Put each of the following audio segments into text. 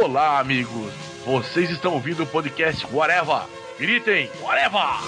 Olá, amigos! Vocês estão ouvindo o podcast Whatever! Gritem, Whatever!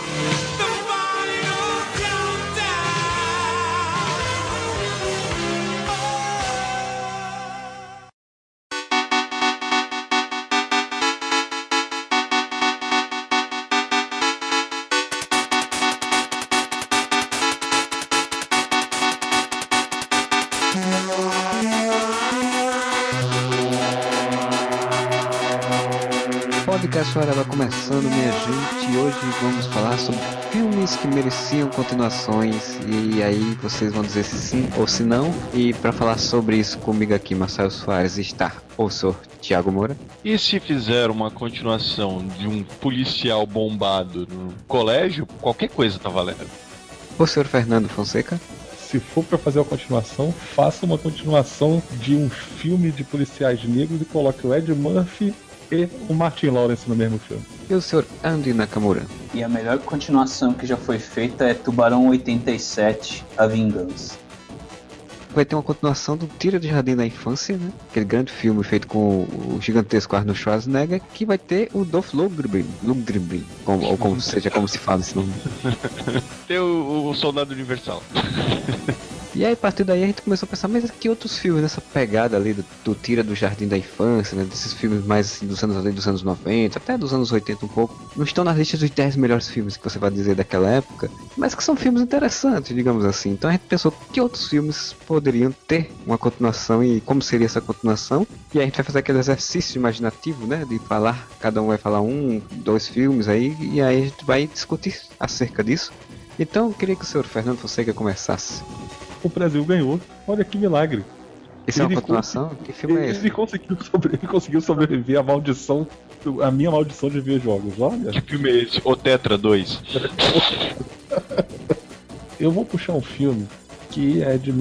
Podcast Whatever começando, minha gente, e hoje vamos falar sobre filmes que mereciam continuações, e aí vocês vão dizer se sim ou se não. E para falar sobre isso comigo aqui, Marcelo Soares, está o senhor Thiago Moura. E se fizer uma continuação de um policial bombado no colégio, qualquer coisa tá valendo. O senhor Fernando Fonseca. Se for para fazer uma continuação, faça uma continuação de um filme de policiais negros e coloque o Ed Murphy e o Martin Lawrence no mesmo filme. E o senhor Andy Nakamura. E a melhor continuação que já foi feita é Tubarão 87, A Vingança. Vai ter uma continuação do Tira do Jardim da Infância, né? Aquele grande filme feito com o gigantesco Arnold Schwarzenegger, que vai ter o Dolph Lundgren, como se fala esse nome. Tem o Soldado Universal. E aí, a partir daí, a gente começou a pensar, mas que outros filmes nessa pegada ali do Tira do Jardim da Infância, né? Desses filmes mais assim, dos anos 90, até dos anos 80 um pouco, não estão nas listas dos 10 melhores filmes que você vai dizer daquela época, mas que são filmes interessantes, digamos assim. Então a gente pensou que outros filmes poderiam ter uma continuação e como seria essa continuação. E aí a gente vai fazer aquele exercício imaginativo, né? De falar, cada um vai falar 1, 2 filmes aí, e aí a gente vai discutir acerca disso. Então eu queria que o senhor Fernando Fonseca começasse. O Brasil ganhou. Olha que milagre. Isso é uma continuação? Que filme é esse? Ele conseguiu sobreviver à maldição, a minha maldição de ver jogos. Olha. Que filme é esse? O Tetra 2. Eu vou puxar um filme que é de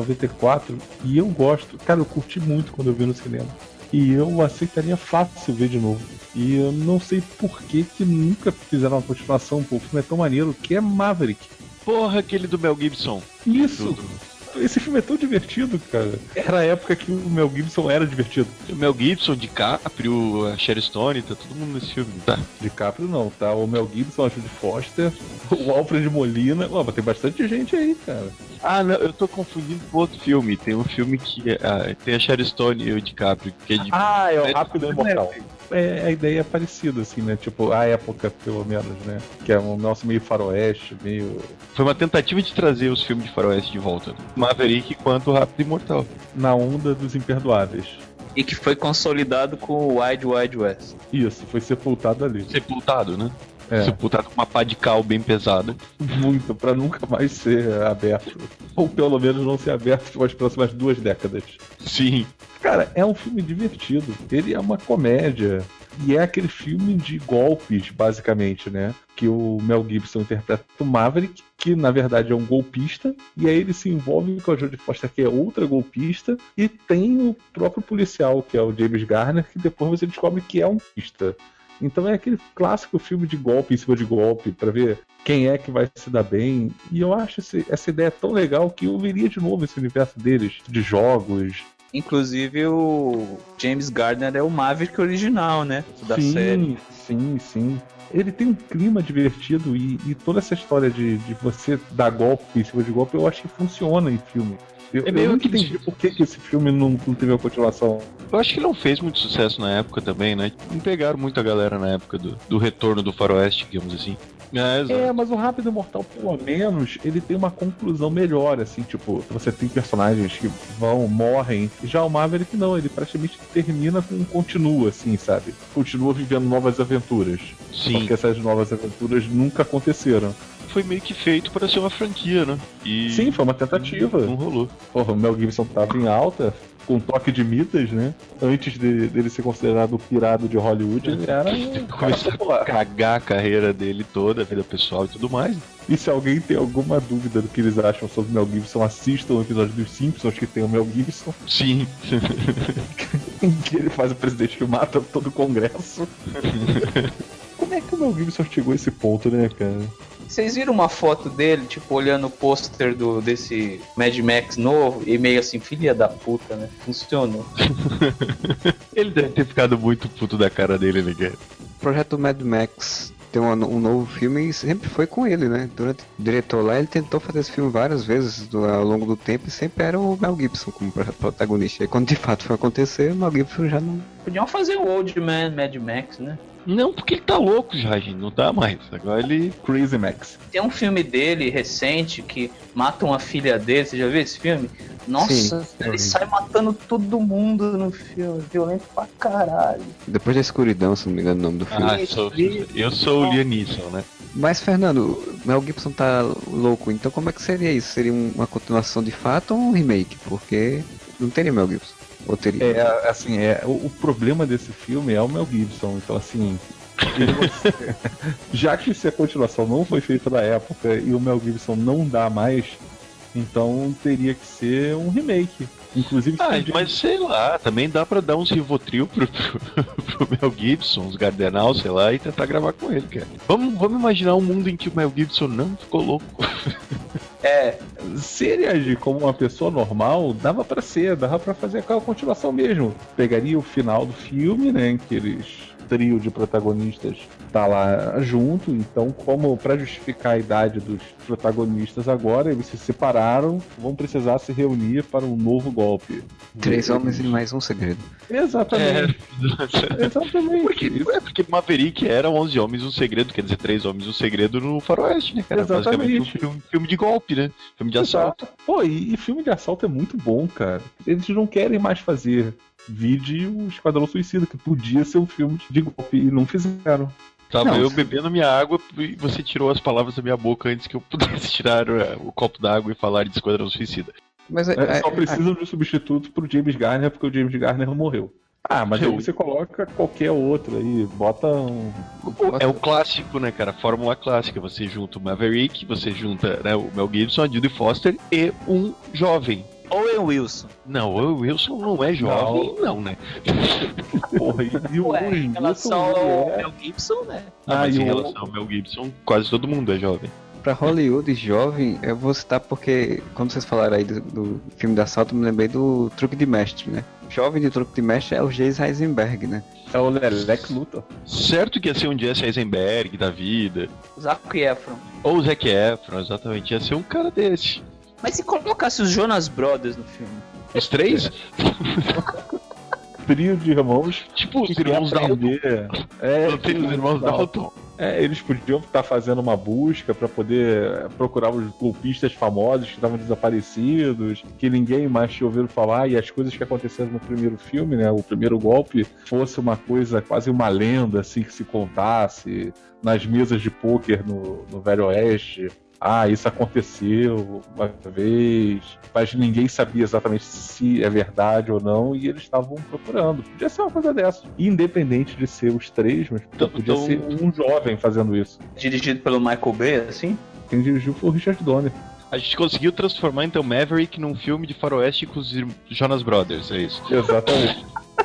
1994 e eu gosto. Cara, eu curti muito quando eu vi no cinema. E eu aceitaria fácil ver de novo. E eu não sei por que nunca fizeram uma continuação. Pô, o filme é tão maneiro, que é Maverick. Porra, aquele do Mel Gibson. Isso! Esse filme é tão divertido, cara. Era a época que o Mel Gibson era divertido. O Mel Gibson, DiCaprio, a Sharon Stone, tá todo mundo nesse filme. Tá. DiCaprio não, tá? O Mel Gibson, a Judy Foster, o Alfred Molina. Ó, mas tem bastante gente aí, cara. Ah, não, eu tô confundindo com outro filme. Tem um filme que tem a Sharon Stone e o DiCaprio. Que é de... Ah, é o Rápido e Mortal. É, a ideia é parecida, assim, né? Tipo, a época, pelo menos, né? Que é um nosso meio faroeste, meio... Foi uma tentativa de trazer os filmes de faroeste de volta. Maverick quanto Rápido e Mortal. Na onda dos imperdoáveis. E que foi consolidado com o Wild Wild West. Isso, foi sepultado ali. Sepultado, né? É. Sepultado com uma pá de cal bem pesada. Muito, pra nunca mais ser aberto. Ou pelo menos não ser aberto pelas próximas 2 décadas. Sim. Cara, é um filme divertido. Ele é uma comédia. E é aquele filme de golpes, basicamente, né? Que o Mel Gibson interpreta o Maverick, que na verdade é um golpista. E aí ele se envolve com a Jodie Foster, que é outra golpista. E tem o próprio policial, que é o James Garner, que depois você descobre que é um golpista. Então é aquele clássico filme de golpe em cima de golpe, pra ver quem é que vai se dar bem. E eu acho essa ideia tão legal que eu veria de novo esse universo deles, de jogos. Inclusive o James Garner é o Maverick original, né? Da série. Sim. Ele tem um clima divertido e toda essa história de você dar golpe em cima de golpe, eu acho que funciona em filme. Eu não entendi por que esse filme não teve uma continuação. Eu acho que não fez muito sucesso na época também, né? Não pegaram muita galera na época do retorno do faroeste, digamos assim. Mas o Rápido e Mortal, pelo menos, ele tem uma conclusão melhor, assim, tipo, você tem personagens que morrem. Já o Maverick não, ele praticamente termina com um continua, assim, sabe? Continua vivendo novas aventuras. Sim. Porque essas novas aventuras nunca aconteceram. Foi meio que feito para ser uma franquia, né? E sim, foi uma tentativa. Não rolou. Porra, o Mel Gibson tava em alta, com um toque de Midas, né? Antes dele ser considerado o pirado de Hollywood, ele era começou a cagar a carreira dele toda, a vida pessoal e tudo mais. E se alguém tem alguma dúvida do que eles acham sobre o Mel Gibson, assistam o episódio dos Simpsons que tem o Mel Gibson. Sim. Em que ele faz o presidente que mata todo o Congresso. Como é que o Mel Gibson chegou a esse ponto, né, cara? Vocês viram uma foto dele, tipo, olhando o pôster desse Mad Max novo e meio assim, filha da puta, né? Funcionou. Ele deve ter ficado muito puto da cara dele, né, cara? O projeto Mad Max tem um novo filme e sempre foi com ele, né? Durante o diretor lá, ele tentou fazer esse filme várias vezes ao longo do tempo e sempre era o Mel Gibson como protagonista. E quando de fato foi acontecer, o Mel Gibson já não... Podiam fazer o Old Man Mad Max, né? Não, porque ele tá louco já, gente. Não dá mais. Agora ele... Crazy Max. Tem um filme dele recente que matam a filha dele, você já viu esse filme? Nossa, Sim, ele sai matando todo mundo no filme, violento pra caralho. Depois da escuridão, se não me engano o nome do filme. Eu sou o Liam Neeson, né? Mas, Fernando, Mel Gibson tá louco, então como é que seria isso? Seria uma continuação de fato ou um remake? Porque não teria Mel Gibson. Ou teria? O problema desse filme é o Mel Gibson, então assim... já que se a continuação não foi feita na época e o Mel Gibson não dá mais, então teria que ser um remake. Inclusive, mas sei lá, também dá pra dar uns Rivotril pro Mel Gibson, uns Gardenal, sei lá, e tentar gravar com ele, cara. Vamos imaginar um mundo em que o Mel Gibson não ficou louco. Se ele agir como uma pessoa normal, dava pra fazer aquela continuação mesmo. Pegaria o final do filme, né, em que eles... trio de protagonistas tá lá junto, então como para justificar a idade dos protagonistas agora, eles se separaram, vão precisar se reunir para um novo golpe. 3 homens e mais um segredo. Exatamente. Exatamente. Porque Maverick era 11 homens um segredo, quer dizer, 3 homens um segredo no faroeste, né, cara? Exatamente. Basicamente um filme de golpe, né? Filme de assalto. Pô, e filme de assalto é muito bom, cara. Eles não querem mais fazer vide o Esquadrão Suicida, que podia ser um filme de golpe, e não fizeram. Tava eu bebendo minha água e você tirou as palavras da minha boca antes que eu pudesse tirar o copo d'água e falar de Esquadrão Suicida. Mas só precisam de um substituto pro James Garner, porque o James Garner morreu. Mas aí você coloca qualquer outro aí, bota um... É o clássico, né, cara? Fórmula clássica. Você junta o Maverick, você junta, né, o Mel Gibson, a Judy Foster e um jovem. Owen Wilson. Não, o Wilson não é jovem, não, né? Porra, e o em relação ao Mel Gibson, né? Mas em relação ao Mel Gibson, quase todo mundo é jovem. Pra Hollywood jovem, eu vou citar porque, quando vocês falaram aí do filme de assalto, eu me lembrei do Truque de Mestre, né? Jovem de Truque de Mestre é o Jason Eisenberg, né? É o Lex Luthor. Certo que ia ser um Jesse Eisenberg da vida. Zac Efron. Ou o Zac Efron, exatamente. Ia ser um cara desse. Mas se colocasse os Jonas Brothers no filme? Os 3? Trio de irmãos. Tipo os irmãos Dalton. Tem os irmãos Dalton. Eles podiam estar fazendo uma busca para poder procurar os golpistas famosos que estavam desaparecidos, que ninguém mais tinha ouvido falar, e as coisas que aconteceram no primeiro filme, né, o primeiro golpe, fosse uma coisa, quase uma lenda, assim, que se contasse nas mesas de pôquer no Velho Oeste. Isso aconteceu uma vez, mas ninguém sabia exatamente se é verdade ou não, e eles estavam procurando. Podia ser uma coisa dessa. Independente de ser os 3, mas podia ser um jovem fazendo isso. Dirigido pelo Michael Bay, assim? Quem dirigiu foi o Richard Donner. A gente conseguiu transformar, então, Maverick num filme de faroeste com os Jonas Brothers, é isso? Exatamente.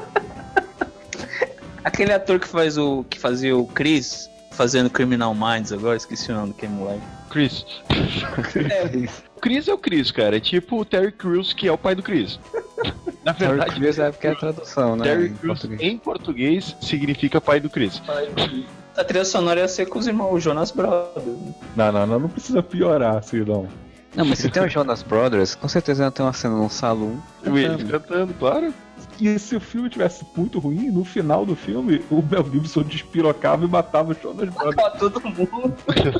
Aquele ator que fazia o Chris, fazendo Criminal Minds agora, esqueci o nome do que moleque. Chris. O Chris é o Chris, cara. É tipo o Terry Crews, que é o pai do Chris. Na verdade, Terry Crews é porque é a tradução, né? Terry Crews em português significa pai do Chris. A trilha sonora ia ser com os irmãos Jonas Brothers. Não precisa piorar assim, não. Não, mas se tem o Jonas Brothers, com certeza tem uma cena num salão. Eles cantando, claro. E se o filme tivesse muito ruim, no final do filme, o Mel Gibson despirocava e matava os Jonas Brothers. Matava todo mundo.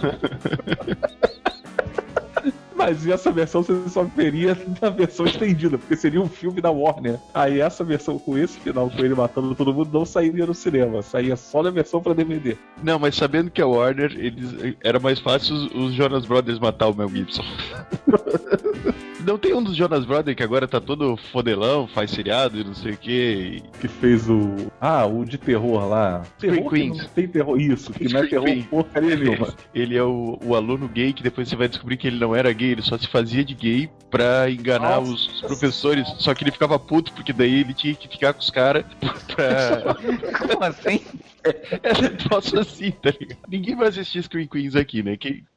Mas essa versão você só veria na versão estendida, porque seria um filme da Warner. Aí essa versão com esse final, com ele matando todo mundo, não sairia no cinema. Saía só na versão pra DVD. Não, mas sabendo que a Warner, era mais fácil os Jonas Brothers matar o Mel Gibson. Não tem um dos Jonas Brothers que agora tá todo fodelão, faz seriado e não sei o que. Que fez o de terror lá. Scream Queens. Não tem terror, isso, que não é terror porcaria nenhuma. Ele é o aluno gay que depois você vai descobrir que ele não era gay, ele só se fazia de gay pra enganar os professores, só que ele ficava puto porque daí ele tinha que ficar com os caras pra... Como assim? É um troço assim, tá ligado? Ninguém vai assistir Scream Queens aqui, né?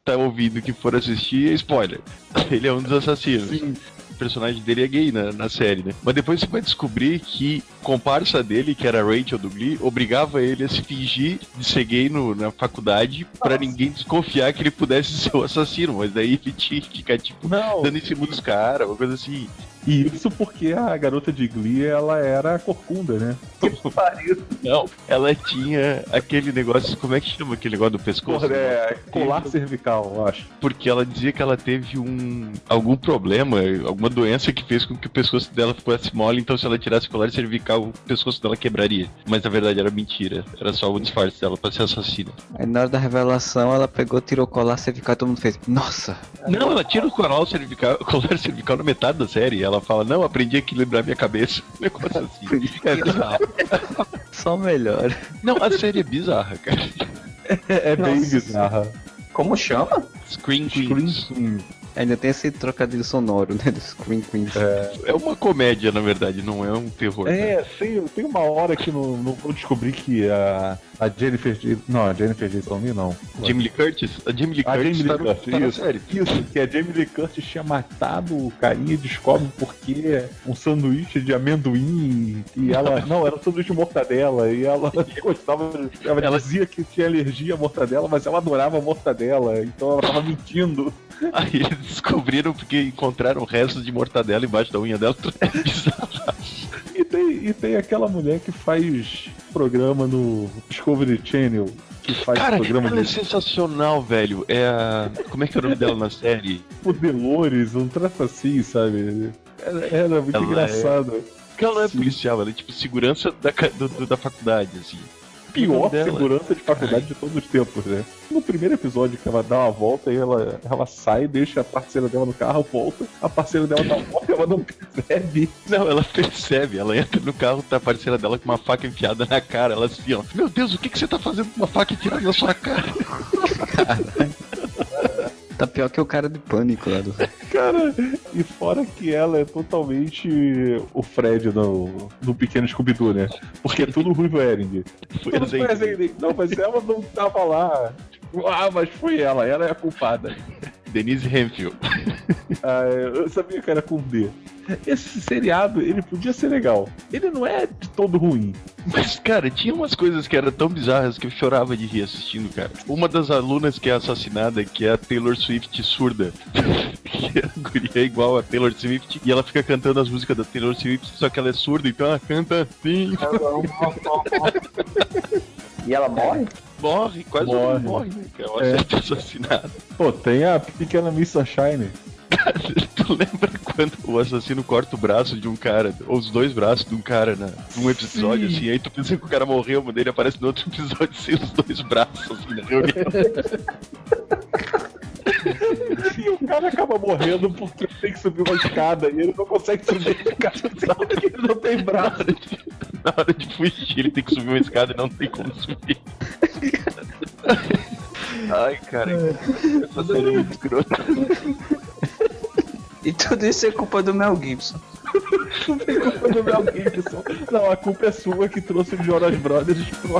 tá ouvindo que for assistir, é spoiler. Ele é um dos assassinos. Sim. O personagem dele é gay na série, né? Mas depois você vai descobrir que comparsa dele, que era a Rachel do Glee, obrigava ele a se fingir de ser gay na faculdade pra ninguém desconfiar que ele pudesse ser o assassino. Mas daí ele tinha que ficar, tipo, Não. dando em cima dos caras, uma coisa assim. E isso porque a garota de Glee, ela era corcunda, né? Que pariu. Não, ela tinha aquele negócio, como é que chama aquele negócio do pescoço? Colar cervical, eu acho. Porque ela dizia que ela teve algum problema, alguma doença que fez com que o pescoço dela ficasse mole, então se ela tirasse o colar cervical, o pescoço dela quebraria. Mas na verdade era mentira, era só o disfarce dela pra ser assassina. Aí na hora da revelação ela pegou, tirou o colar cervical e todo mundo fez, nossa! Não, ela tira o colar cervical na metade da série, ela fala, não, aprendi a equilibrar minha cabeça. Um negócio assim. É bizarro. Só melhor. Não, a série é bizarra, cara. É bem bizarra. Como chama? Screen Queens. Ainda tem esse trocadilho sonoro, né? Do Scream Queens. É uma comédia, na verdade, não é um terror. Né? Tem uma hora que não vou descobrir que a Jennifer Jason. Não, a Jennifer Jason não. Jamie Lee Curtis? A Jamie Lee Curtis tá na série. Isso, que a Jamie Lee Curtis tinha matado o carinha e descobre porque um sanduíche de amendoim e ela... Não, era um sanduíche de mortadela e ela gostava... Ela dizia que tinha alergia à mortadela, mas ela adorava a mortadela, então ela tava mentindo. Aí eles descobriram porque encontraram restos de mortadela embaixo da unha dela. É bizarro. E tem aquela mulher que faz programa no Discovery Channel, que faz Cara, programa ela é de sensacional, velho. É a... Como é que é o nome dela na série? Delores, um traço assim, sabe? Era muito engraçado. Porque ela não é policial, ela é tipo segurança da faculdade, assim. Pior dela. segurança de faculdade de todos os tempos, né? No primeiro episódio que ela dá uma volta e ela sai, deixa a parceira dela no carro, volta, a parceira dela tá morta, ela não percebe. Não, ela percebe, ela entra no carro, tá a parceira dela com uma faca enfiada na cara, ela assim, ó, meu Deus, o que você tá fazendo com uma faca enfiada na sua cara? Tá pior que o cara de Pânico lá do... Cara, e fora que ela é totalmente o Fred do pequeno Scooby-Doo, né? Porque é tudo Ruivo Hering. Não, mas ela não tava lá. Tipo, mas foi ela é a culpada. Denise Hemphill. Eu sabia que era com D. Esse seriado, ele podia ser legal. Ele não é de todo ruim. Mas, cara, tinha umas coisas que eram tão bizarras que eu chorava de rir assistindo, cara. Uma das alunas que é assassinada, que é a Taylor Swift surda. Que a guria é igual a Taylor Swift e ela fica cantando as músicas da Taylor Swift, só que ela é surda, então ela canta assim. E ela morre? Morre, quase morre, né? Que ela é assassinada. Pô, tem a pequena Miss Sunshine. Cara, tu lembra quando o assassino corta o braço de um cara, ou os dois braços de um cara num episódio, assim, aí tu pensa que o cara morreu, mas ele aparece no outro episódio sem os dois braços, assim, na reunião. E o cara acaba morrendo porque tem que subir uma escada e ele não consegue subir a escada porque ele não tem braço. Na hora de fugir, ele tem que subir uma escada e não tem como subir. Ai, cara, essa série é muito escrota. E tudo isso é culpa do Mel Gibson. Não tem culpa do Mel Gibson. Não, a culpa é sua que trouxe os Jonas Brothers pro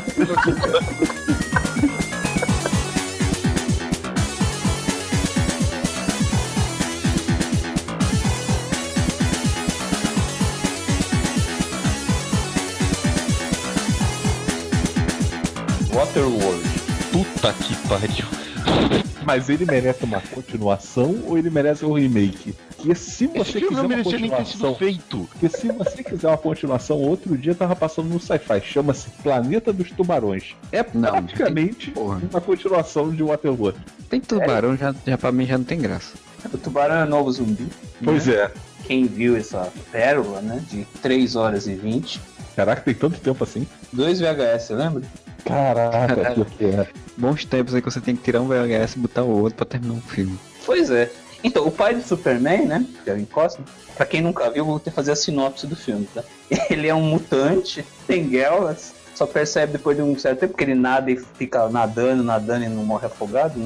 Waterworld. Puta que pariu. Mas ele merece uma continuação ou ele merece um remake? Porque se você quiser uma continuação, feito. porque se você quiser uma continuação, outro dia tava passando no Sci-Fi, chama-se Planeta dos Tubarões. É praticamente uma continuação de Waterworld. Tem tubarão, já pra mim já não tem graça. O tubarão é novo zumbi. Pois é. Quem viu essa pérola, né, de 3 horas e 20. Caraca, tem tanto tempo assim. 2 VHS, você lembra? Caraca, que é. Bons tempos aí que você tem que tirar um VHS e botar o outro pra terminar um filme. Pois é. Então, o pai do Superman, né, Kevin Costner, pra quem nunca viu, vou ter que fazer a sinopse do filme, tá? Ele é um mutante, tem guerras, só percebe depois de um certo tempo que ele nada e fica nadando e não morre afogado, né?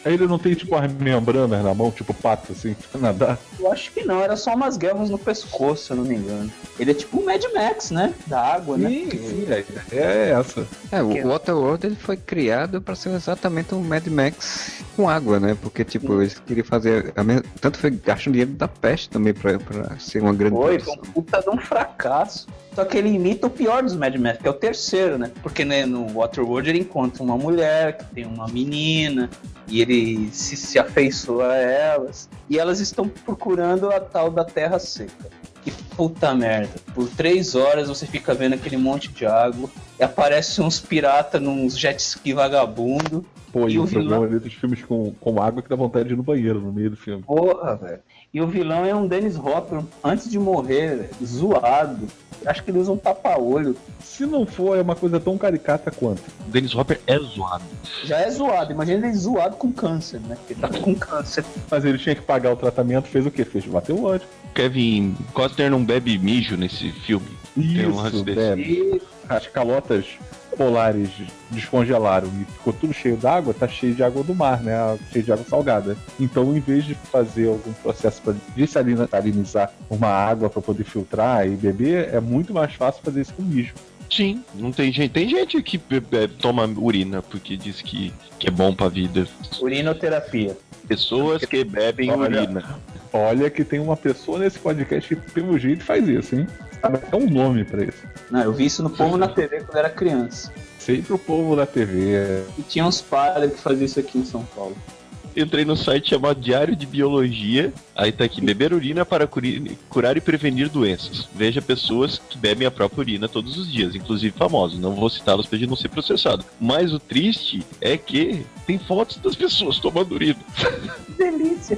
Aí ele não tem tipo as membranas na mão, tipo pato assim, pra nadar. Eu acho que não, era só umas guerras no pescoço, se eu não me engano. Ele é tipo o Mad Max, né? Da água, né? Sim, a ideia é essa. O Waterworld ele foi criado para ser exatamente um Mad Max com água, né? Porque, tipo, eles queriam fazer. Tanto foi gastam dinheiro da peste também pra ser uma grande Foi produção. um puta de um fracasso. Só que ele imita o pior dos Mad Max, que é o terceiro, né? Porque né, no Waterworld ele encontra uma mulher que tem uma menina e ele se afeiçoa a elas. E elas estão procurando a tal da Terra Seca. Que puta merda. Por 3 horas você fica vendo aquele monte de água. E aparece uns piratas num jet ski vagabundo. Pô, e o vilão problema ali dos filmes com água que dá vontade de ir no banheiro no meio do filme. Porra, velho. E o vilão é um Dennis Hopper, antes de morrer, véio, zoado. Acho que ele usa um tapa-olho. Se não for, é uma coisa tão caricata quanto. O Dennis Hopper é zoado. Já é zoado. Imagina ele zoado com câncer, né? Ele tá com câncer. Mas ele tinha que pagar o tratamento, fez o quê? Fez bateu o ódio. Kevin Costner não bebe mijo nesse filme. Tem um lance Isso, desse. deve. E As calotas polares descongelaram e ficou tudo cheio d'água, tá cheio de água do mar, né? Cheio de água salgada. Então, em vez de fazer algum processo para dessalinizar uma água para poder filtrar e beber, é muito mais fácil fazer isso com mijo. Sim, não tem gente. Tem gente que toma urina porque diz que é bom pra vida. urinoterapia. Pessoas que bebem Olha. urina. Olha que tem uma pessoa nesse podcast que pelo jeito faz isso, hein? Sabe até um nome pra isso. Não, eu vi isso no Povo na TV quando era criança. Sempre o povo da TV. E tinha uns padres que faziam isso aqui em São Paulo. Entrei no site chamado Diário de Biologia. Aí tá aqui: beber urina para curar e prevenir doenças. Veja pessoas que bebem a própria urina todos os dias, inclusive famosos. Não vou citá-los para não ser processado. Mas o triste é que tem fotos das pessoas tomando urina. Que delícia.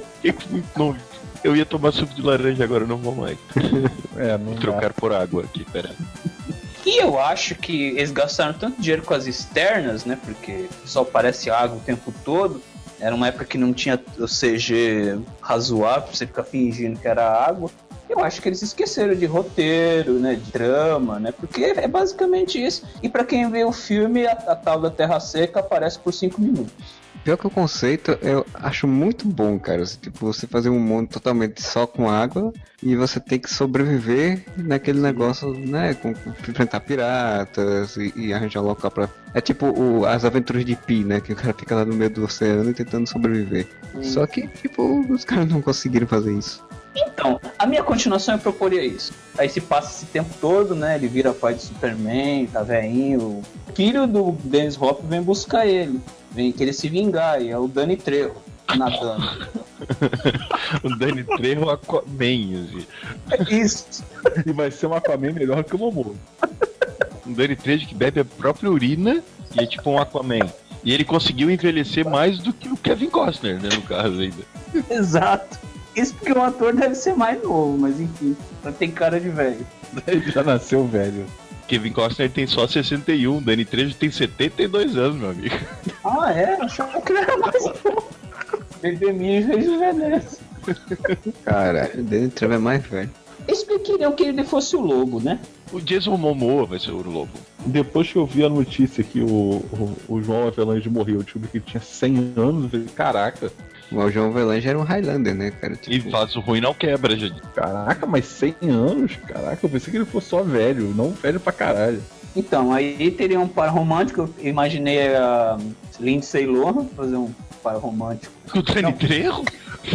Eu ia tomar suco de laranja, agora não vou mais. Não Trocar por água aqui, pera. E eu acho que eles gastaram tanto dinheiro com as externas, né? Porque só parece água o tempo todo. Era uma época que não tinha o CG razoável pra você ficar fingindo que era água. Eu acho que eles esqueceram de roteiro, né? De drama, né? Porque é basicamente isso. E pra quem vê o filme, a tal da Terra Seca aparece por 5 minutos. Pior que o conceito, eu acho muito bom, cara. Tipo, você fazer um mundo totalmente só com água e você tem que sobreviver naquele negócio, né? Com enfrentar piratas e arranjar um local pra... É tipo as aventuras de Pi, né? Que o cara fica lá no meio do oceano tentando sobreviver. Só que, tipo, os caras não conseguiram fazer isso. Então, a minha continuação eu proporia isso. Aí se passa esse tempo todo, né? Ele vira pai de Superman, tá velhinho. O filho do Dennis Hopper vem buscar ele. Vem querer se vingar, e é o Danny Trejo nadando. O Danny Trejo Aquaman, assim. É isso. E vai ser um Aquaman melhor que o Momoa. Um Danny Trejo que bebe a própria urina e é tipo um Aquaman. E ele conseguiu envelhecer mais do que o Kevin Costner, né, no caso ainda. Exato. Isso porque o ator deve ser mais novo, mas enfim, tem cara de velho. Ele já nasceu velho. Kevin Costner tem só 61, Danny Trejo tem 72 anos, meu amigo. Ah, é? Achava que ele era mais novo. Bebê mijo rejuvenesce. Cara, o Danny Trejo é mais velho. Eles queriam que ele fosse o lobo, né? O Jason Momoa vai ser o lobo. Depois que eu vi a notícia que o João Avelange morreu, eu descobri que ele tinha 100 anos, eu falei, caraca. O João Avelange era um Highlander, né, cara? E Tipo, faz o ruim não quebra, gente. Caraca, mas 100 anos? Caraca, eu pensei que ele fosse só velho, não velho pra caralho. Então, aí teria um par romântico, eu imaginei a Lindsay Lohan fazer um par romântico. O Danny Trejo?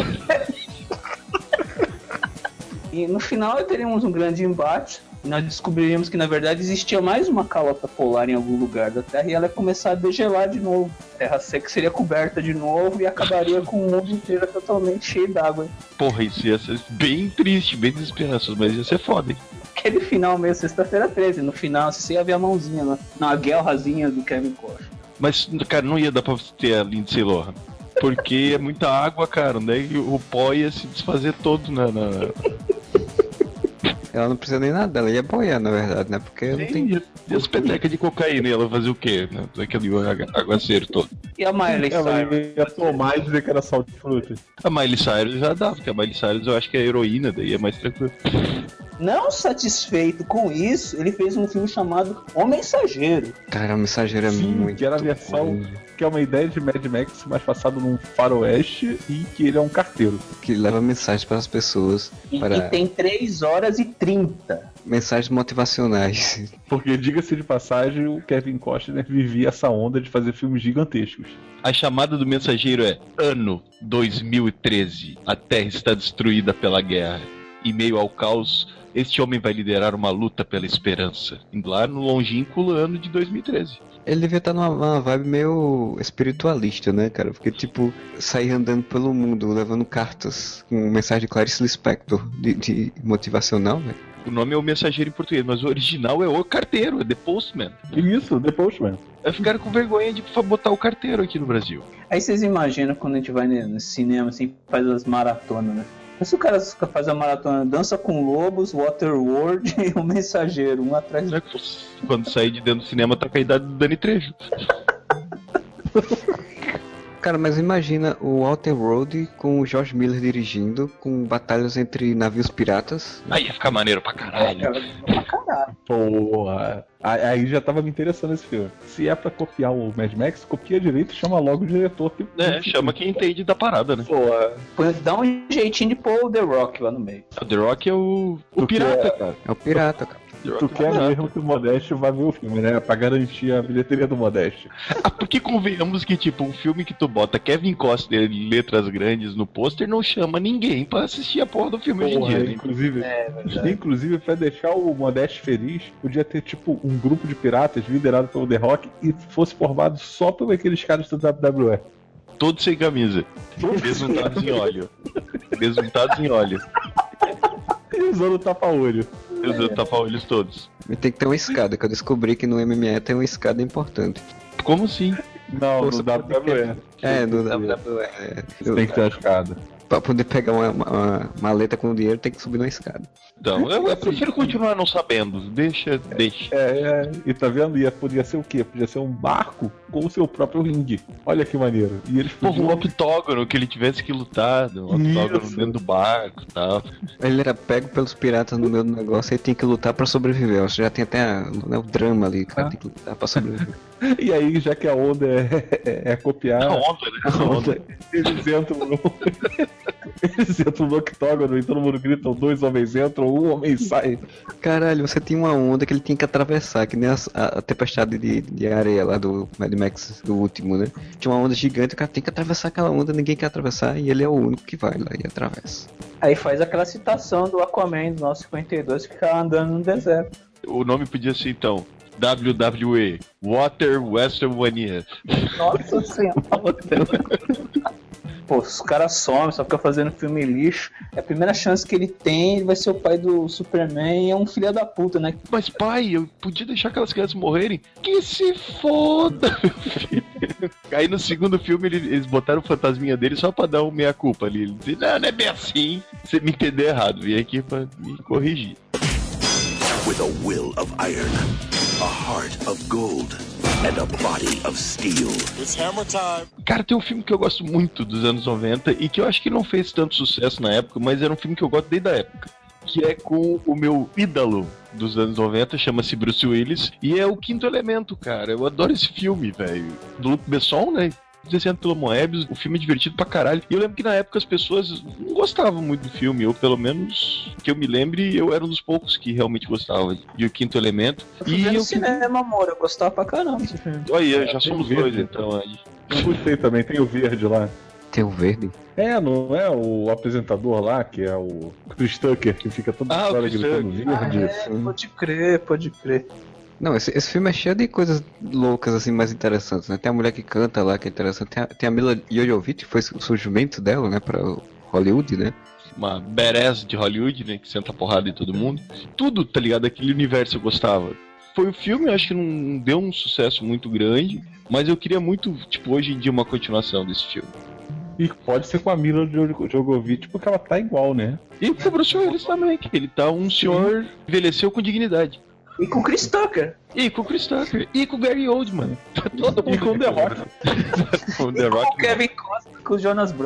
E no final teríamos um grande embate. E nós descobriríamos que na verdade existia mais uma calota polar em algum lugar da Terra e ela ia começar a degelar de novo. A Terra seca seria coberta de novo e acabaria com o mundo inteiro totalmente cheio d'água. Porra, isso ia ser bem triste, bem desesperançoso, mas ia ser foda, hein? Aquele final meio sexta-feira 13, no final você ia ver a mãozinha lá, na guerrazinha do Kevin Costner. Mas, cara, não ia dar pra ter a Lindsay Lohan. Porque é muita água, cara, né? E o pó ia se desfazer todo na... ela não precisa nem nada, ela ia boiar, na verdade, né? Porque não tem... E as petecas de cocaína, ela fazer o quê? Né? Aquele aguaceiro todo. E a Miley Ela Cyrus? ia tomar e dizer que era sal de fruta. A Miley Cyrus já dá, porque a Miley Cyrus eu acho que é heroína, daí é mais tranquilo. Não satisfeito com isso, ele fez um filme chamado O Mensageiro. Cara, o Mensageiro é Sim, muito que era a versão ruim, que é uma ideia de Mad Max, mas passado num faroeste e que ele é um carteiro. que leva mensagens para as pessoas, E para tem 3 horas e 30. mensagens motivacionais. Porque, diga-se de passagem, o Kevin Costner vivia essa onda de fazer filmes gigantescos. A chamada do mensageiro é ano 2013. A Terra está destruída pela guerra. Em meio ao caos, este homem vai liderar uma luta pela esperança. Indo lá no longínquo ano de 2013. Ele devia estar numa vibe meio espiritualista, né, cara? Porque, tipo, sair andando pelo mundo, levando cartas com mensagem de Clarice Lispector, de motivacional, né? O nome é o mensageiro em português, mas o original é o carteiro, é The Postman. Isso, The Postman. Aí ficaram com vergonha de botar o carteiro aqui no Brasil. Aí vocês imaginam quando a gente vai no cinema, assim, faz as maratonas, né? Mas se o cara faz a maratona Dança com Lobos, Waterworld e O Mensageiro, um atrás do... Quando sair de dentro do cinema, tá com a idade do Dani Trejo. Cara, mas imagina o Walter Road com o George Miller dirigindo, com batalhas entre navios piratas. Aí ia ficar maneiro pra caralho. Cara, pra caralho. Porra. Aí já tava me interessando esse filme. Se é pra copiar o Mad Max, copia direito e chama logo o diretor. Chama quem entende da parada, né? Porra. Dá um jeitinho de pôr o The Rock lá no meio. O The Rock é o pirata, cara. É o pirata, cara. The Rock Tu é o quer pirata. mesmo que o Modeste vá ver o filme, né? Pra garantir a bilheteria do Modeste. Ah, porque convenhamos que, tipo, um filme que tu bota Kevin Costner em letras grandes no pôster não chama ninguém pra assistir a porra do filme hoje em dia, né? Inclusive, pra deixar o Modeste feliz, podia ter, tipo, um grupo de piratas liderado pelo The Rock e fosse formado só por aqueles caras do WWE. Todos sem camisa. Besuntados em óleo. Besuntados em óleo. E usando tapa-olho. Usando tapa-olhos todos. E tem que ter uma escada, que eu descobri que no MMA tem uma escada importante. Como assim? Não, Você no WWE. É, no Você WWE. tem que ter uma escada. Pra poder pegar uma maleta com dinheiro, tem que subir numa escada. Então, eu prefiro continuar não sabendo. Deixa. E tá vendo? Podia ser o quê? Podia ser um barco com o seu próprio ringue. Olha que maneiro. E eles Porra, um octógono que ele tivesse que lutar. Um octógono Isso. dentro do barco e tal. Ele era pego pelos piratas no meio do negócio e tem que lutar pra sobreviver. Você já tem até o drama ali, cara, tem que lutar pra sobreviver. E aí, já que a onda é copiar, A onda, né? A onda. eles entram no octógono e todo mundo grita, 2 homens entram, 1 homem sai. Caralho, você tinha uma onda que ele tinha que atravessar, que nem a tempestade de areia lá do Mad Max, do último, né? Tinha uma onda gigante, o cara tem que atravessar aquela onda, ninguém quer atravessar, e ele é o único que vai lá e atravessa. Aí faz aquela citação do Aquaman do 952 que fica andando no deserto. O nome podia ser, então, WWE, Water WrestleMania. Nossa senhora. Pô, os caras somem, só fica fazendo filme lixo. É a primeira chance que ele tem, ele vai ser o pai do Superman e é um filho da puta, né? Mas pai, eu podia deixar aquelas crianças morrerem? Que se foda, meu filho. Aí no segundo filme eles botaram o fantasminha dele só pra dar um meia-culpa ali. Ele disse, não é bem assim. Você me entendeu errado, vim aqui pra me corrigir. With a will of iron, a heart of gold, and a body of steel. It's hammer time. Cara, tem um filme que eu gosto muito dos anos 90 e que eu acho que não fez tanto sucesso na época, mas era um filme que eu gosto desde a época. Que é com o meu ídolo dos anos 90, chama-se Bruce Willis, e é o Quinto Elemento, cara. Eu adoro esse filme, velho. Do Luc Besson, né? Descendo pelo Moebius, o filme é divertido pra caralho. E eu lembro que na época as pessoas não gostavam muito do filme, ou pelo menos que eu me lembre, eu era um dos poucos que realmente gostava de O Quinto Elemento. E no cinema, amor, eu gostava pra caramba desse filme. Olha, já Tem somos verde. dois então, Andy. Eu gostei também, tem o verde lá. Tem o verde? Não é o apresentador lá, que é o Chris Tucker, que fica toda Ah, o hora Chris gritando Tucker. verde. Pode crer. Não, esse filme é cheio de coisas loucas, assim, mais interessantes, né? Tem a mulher que canta lá, que é interessante. Tem a Mila Jovovich, que foi o surgimento dela, né, pra Hollywood, né? Uma badass de Hollywood, né, que senta porrada em todo mundo. Tudo, tá ligado? Aquele universo eu gostava. Foi o filme, eu acho que não deu um sucesso muito grande, mas eu queria muito, tipo, hoje em dia uma continuação desse filme. E pode ser com a Mila Jovovich, porque ela tá igual, né? E com o Bruce Willis também, que ele tá um senhor envelheceu com dignidade. E com o Chris Tucker. E com o Chris Tucker. E com o Gary Oldman. Tá todo mundo. E com o The Rock. Com o The Rock. Com o Kevin Costner, com o Jonas Brothers.